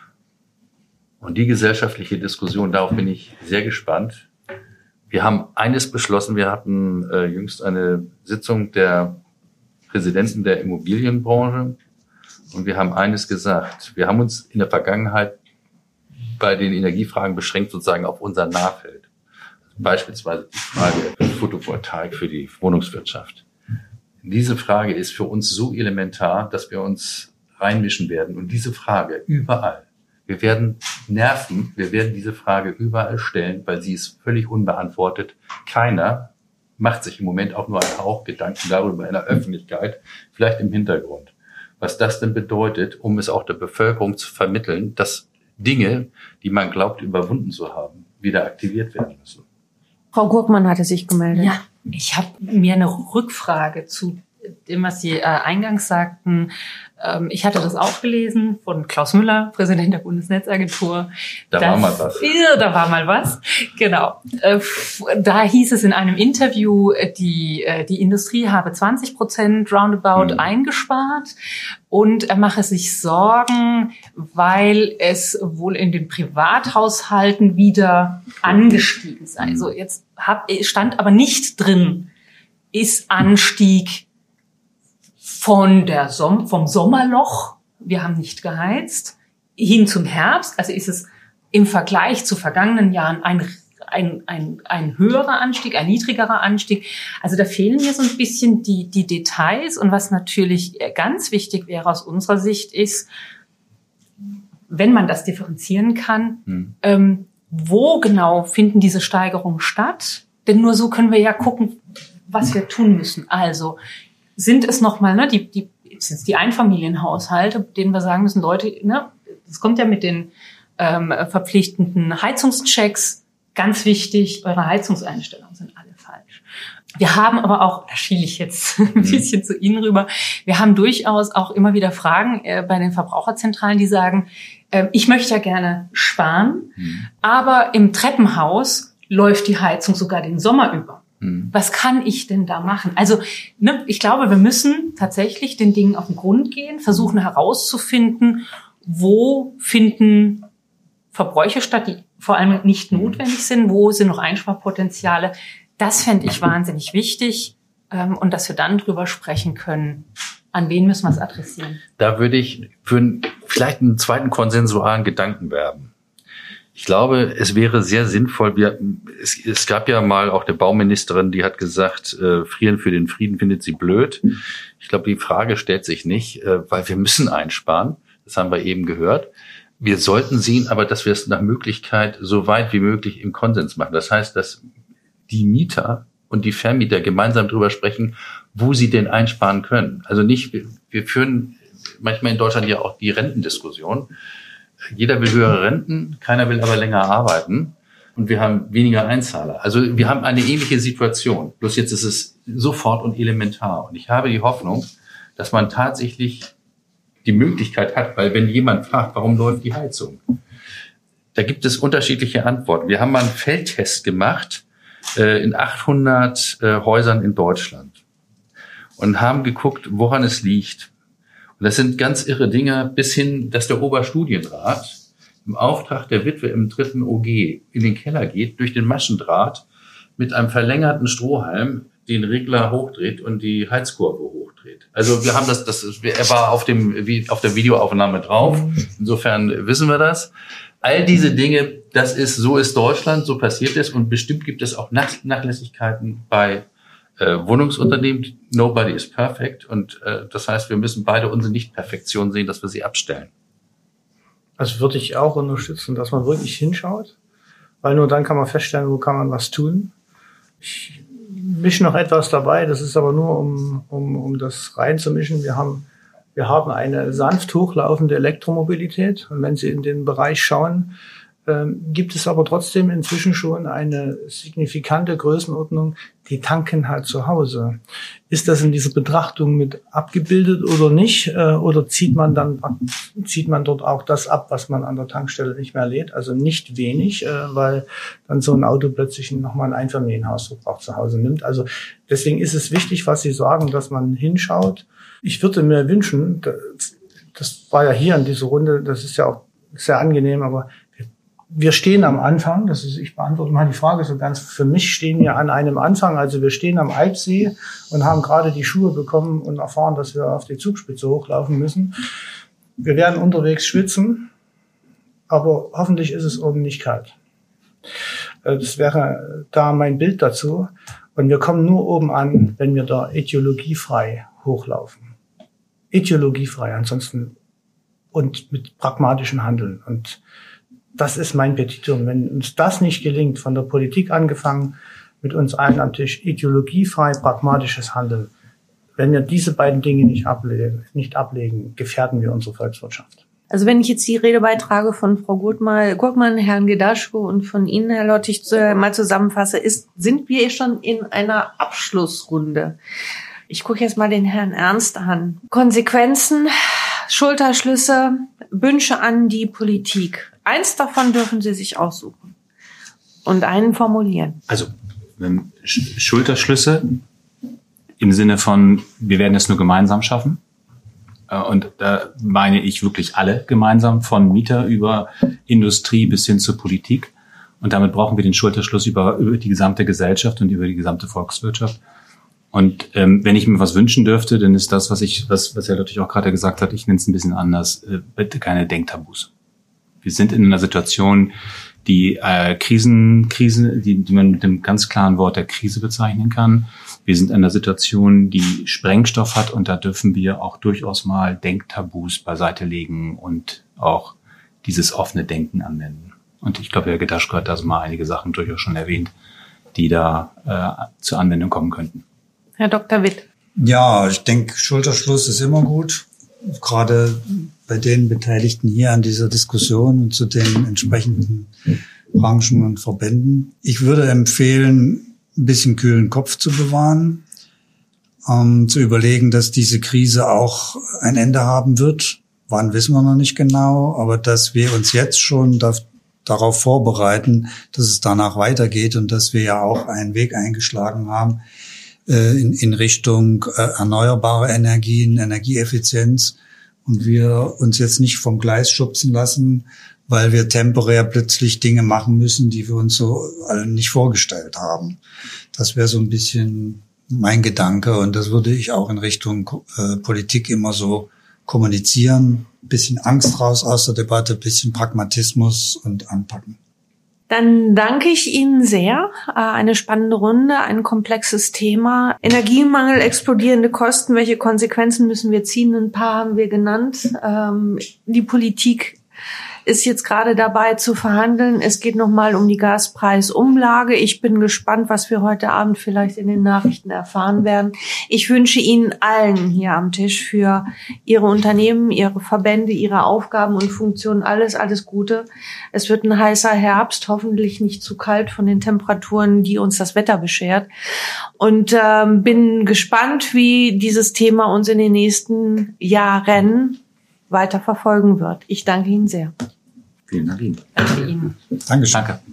Und die gesellschaftliche Diskussion, darauf bin ich sehr gespannt. Wir haben eines beschlossen, wir hatten jüngst eine Sitzung der Präsidenten der Immobilienbranche und wir haben eines gesagt. Wir haben uns in der Vergangenheit bei den Energiefragen beschränkt sozusagen auf unser Nahfeld. Beispielsweise die Frage Photovoltaik für die Wohnungswirtschaft. Diese Frage ist für uns so elementar, dass wir uns reinmischen werden. Und diese Frage überall. Wir werden nerven, wir werden diese Frage überall stellen, weil sie ist völlig unbeantwortet. Keiner macht sich im Moment auch nur einen Hauch Gedanken darüber in der Öffentlichkeit, vielleicht im Hintergrund. Was das denn bedeutet, um es auch der Bevölkerung zu vermitteln, dass Dinge, die man glaubt, überwunden zu haben, wieder aktiviert werden müssen. Frau Gurkmann hatte sich gemeldet. Ja, ich habe mir eine Rückfrage zu dem, was Sie eingangs sagten. Ich hatte das auch gelesen von Klaus Müller, Präsident der Bundesnetzagentur. Da war mal was. Ja, da war mal was, genau. Da hieß es in einem Interview, die Industrie habe 20% roundabout eingespart und er mache sich Sorgen, weil es wohl in den Privathaushalten wieder angestiegen sei. Also jetzt stand aber nicht drin, ist Anstieg vom Sommerloch, wir haben nicht geheizt, hin zum Herbst. Also ist es im Vergleich zu vergangenen Jahren ein höherer Anstieg, ein niedrigerer Anstieg. Also da fehlen mir so ein bisschen die Details. Und was natürlich ganz wichtig wäre aus unserer Sicht ist, wenn man das differenzieren kann, wo genau finden diese Steigerungen statt? Denn nur so können wir ja gucken, was wir tun müssen. Also sind es nochmal die Einfamilienhaushalte, denen wir sagen müssen, Leute, das kommt ja mit den verpflichtenden Heizungschecks, ganz wichtig, eure Heizungseinstellungen sind alle falsch. Wir haben aber auch, da schiele ich jetzt ein bisschen zu Ihnen rüber, wir haben durchaus auch immer wieder Fragen bei den Verbraucherzentralen, die sagen, ich möchte ja gerne sparen, aber im Treppenhaus läuft die Heizung sogar den Sommer über. Was kann ich denn da machen? Also, ich glaube, wir müssen tatsächlich den Dingen auf den Grund gehen, versuchen herauszufinden, wo finden Verbräuche statt, die vor allem nicht notwendig sind, wo sind noch Einsparpotenziale. Das fände ich wahnsinnig wichtig, und dass wir dann drüber sprechen können, an wen müssen wir es adressieren. Da würde ich für vielleicht einen zweiten konsensualen Gedanken werben. Ich glaube, es wäre sehr sinnvoll, es gab ja mal auch eine Bauministerin, die hat gesagt, frieren für den Frieden findet sie blöd. Ich glaube, die Frage stellt sich nicht, weil wir müssen einsparen. Das haben wir eben gehört. Wir sollten sehen, aber dass wir es nach Möglichkeit so weit wie möglich im Konsens machen. Das heißt, dass die Mieter und die Vermieter gemeinsam drüber sprechen, wo sie denn einsparen können. Also nicht, wir führen manchmal in Deutschland ja auch die Rentendiskussion. Jeder will höhere Renten, keiner will aber länger arbeiten und wir haben weniger Einzahler. Also wir haben eine ähnliche Situation. Bloß jetzt ist es sofort und elementar. Und ich habe die Hoffnung, dass man tatsächlich die Möglichkeit hat, weil wenn jemand fragt, warum läuft die Heizung? Da gibt es unterschiedliche Antworten. Wir haben mal einen Feldtest gemacht in 800 Häusern in Deutschland und haben geguckt, woran es liegt. Und das sind ganz irre Dinge, bis hin, dass der Oberstudienrat im Auftrag der Witwe im 3. OG in den Keller geht, durch den Maschendraht mit einem verlängerten Strohhalm den Regler hochdreht und die Heizkurve hochdreht. Also wir haben er war auf der Videoaufnahme drauf. Insofern wissen wir das. All diese Dinge, so ist Deutschland, so passiert es und bestimmt gibt es auch Nachlässigkeiten bei Wohnungsunternehmen. Nobody is perfect und das heißt, wir müssen beide unsere Nicht-Perfektion sehen, dass wir sie abstellen. Also würde ich auch unterstützen, dass man wirklich hinschaut, weil nur dann kann man feststellen, wo kann man was tun. Ich mische noch etwas dabei, das ist aber nur, um das reinzumischen. Wir haben eine sanft hochlaufende Elektromobilität und wenn Sie in den Bereich schauen, gibt es aber trotzdem inzwischen schon eine signifikante Größenordnung, die tanken halt zu Hause. Ist das in dieser Betrachtung mit abgebildet oder nicht? Oder zieht man dort auch das ab, was man an der Tankstelle nicht mehr lädt? Also nicht wenig, weil dann so ein Auto plötzlich nochmal ein Einfamilienhausverbrauch zu Hause nimmt. Also deswegen ist es wichtig, was Sie sagen, dass man hinschaut. Ich würde mir wünschen, das war ja hier in dieser Runde, das ist ja auch sehr angenehm, aber wir stehen am Anfang, ich beantworte mal die Frage so ganz, für mich stehen wir an einem Anfang, also wir stehen am Alpsee und haben gerade die Schuhe bekommen und erfahren, dass wir auf die Zugspitze hochlaufen müssen. Wir werden unterwegs schwitzen, aber hoffentlich ist es oben nicht kalt. Das wäre da mein Bild dazu. Und wir kommen nur oben an, wenn wir da ideologiefrei hochlaufen. Ideologiefrei, ansonsten und mit pragmatischem Handeln. Und das ist mein Petitum. Wenn uns das nicht gelingt, von der Politik angefangen, mit uns allen am Tisch, ideologiefrei, pragmatisches Handeln, wenn wir diese beiden Dinge nicht ablegen, gefährden wir unsere Volkswirtschaft. Also wenn ich jetzt die Redebeiträge von Frau Gurkmann, Herrn Gedaschko und von Ihnen, Herr Lottig, mal zusammenfasse, sind wir schon in einer Abschlussrunde. Ich gucke jetzt mal den Herrn Ernst an. Konsequenzen, Schulterschlüsse, Wünsche an die Politik. Eins davon dürfen Sie sich aussuchen und einen formulieren. Also Schulterschlüsse im Sinne von, wir werden es nur gemeinsam schaffen. Und da meine ich wirklich alle gemeinsam, von Mieter über Industrie bis hin zur Politik. Und damit brauchen wir den Schulterschluss über die gesamte Gesellschaft und über die gesamte Volkswirtschaft. Und wenn ich mir was wünschen dürfte, dann ist das, was Herr Lottig auch gerade gesagt hat, ich nenne es ein bisschen anders, bitte keine Denktabus. Wir sind in einer Situation, die die man mit dem ganz klaren Wort der Krise bezeichnen kann. Wir sind in einer Situation, die Sprengstoff hat und da dürfen wir auch durchaus mal Denktabus beiseite legen und auch dieses offene Denken anwenden. Und ich glaube, Herr Gedaschko hat da so mal einige Sachen durchaus schon erwähnt, die da zur Anwendung kommen könnten. Herr Dr. Witt. Ja, ich denke, Schulterschluss ist immer gut. Gerade bei den Beteiligten hier an dieser Diskussion und zu den entsprechenden Branchen und Verbänden. Ich würde empfehlen, ein bisschen kühlen Kopf zu bewahren, zu überlegen, dass diese Krise auch ein Ende haben wird. Wann wissen wir noch nicht genau, aber dass wir uns jetzt schon darauf vorbereiten, dass es danach weitergeht und dass wir ja auch einen Weg eingeschlagen haben in Richtung erneuerbare Energien, Energieeffizienz und wir uns jetzt nicht vom Gleis schubsen lassen, weil wir temporär plötzlich Dinge machen müssen, die wir uns so alle nicht vorgestellt haben. Das wäre so ein bisschen mein Gedanke und das würde ich auch in Richtung Politik immer so kommunizieren. Bisschen Angst raus aus der Debatte, bisschen Pragmatismus und anpacken. Dann danke ich Ihnen sehr. Eine spannende Runde, ein komplexes Thema. Energiemangel, explodierende Kosten, welche Konsequenzen müssen wir ziehen? Ein paar haben wir genannt. Die Politik ist jetzt gerade dabei zu verhandeln. Es geht nochmal um die Gaspreisumlage. Ich bin gespannt, was wir heute Abend vielleicht in den Nachrichten erfahren werden. Ich wünsche Ihnen allen hier am Tisch für Ihre Unternehmen, Ihre Verbände, Ihre Aufgaben und Funktionen alles Gute. Es wird ein heißer Herbst, hoffentlich nicht zu kalt von den Temperaturen, die uns das Wetter beschert. Und bin gespannt, wie dieses Thema uns in den nächsten Jahren weiter verfolgen wird. Ich danke Ihnen sehr. Vielen Dank Ihnen. Danke Ihnen. Dankeschön. Danke.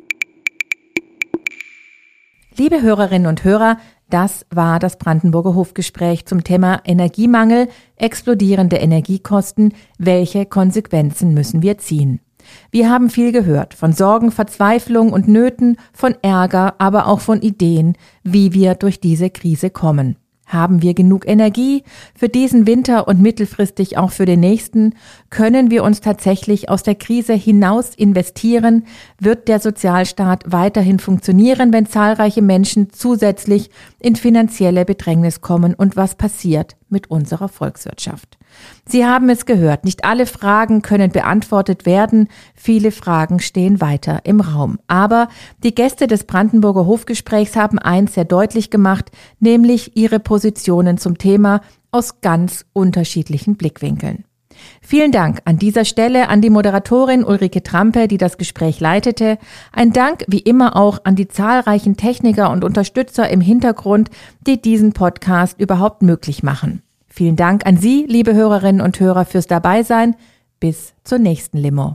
Liebe Hörerinnen und Hörer, das war das Brandenburger Hofgespräch zum Thema Energiemangel, explodierende Energiekosten, welche Konsequenzen müssen wir ziehen? Wir haben viel gehört, von Sorgen, Verzweiflung und Nöten, von Ärger, aber auch von Ideen, wie wir durch diese Krise kommen. Haben wir genug Energie für diesen Winter und mittelfristig auch für den nächsten? Können wir uns tatsächlich aus der Krise hinaus investieren? Wird der Sozialstaat weiterhin funktionieren, wenn zahlreiche Menschen zusätzlich in finanzielle Bedrängnis kommen? Und was passiert mit unserer Volkswirtschaft? Sie haben es gehört, nicht alle Fragen können beantwortet werden, viele Fragen stehen weiter im Raum. Aber die Gäste des Brandenburger Hofgesprächs haben eins sehr deutlich gemacht, nämlich ihre Positionen zum Thema aus ganz unterschiedlichen Blickwinkeln. Vielen Dank an dieser Stelle an die Moderatorin Ulrike Trampe, die das Gespräch leitete. Ein Dank wie immer auch an die zahlreichen Techniker und Unterstützer im Hintergrund, die diesen Podcast überhaupt möglich machen. Vielen Dank an Sie, liebe Hörerinnen und Hörer, fürs Dabeisein. Bis zur nächsten Limo.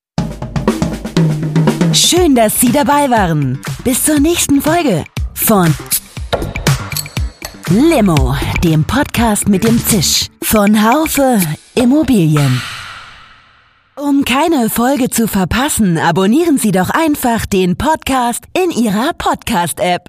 Schön, dass Sie dabei waren. Bis zur nächsten Folge von Limo, dem Podcast mit dem Zisch von Haufe Immobilien. Um keine Folge zu verpassen, abonnieren Sie doch einfach den Podcast in Ihrer Podcast-App.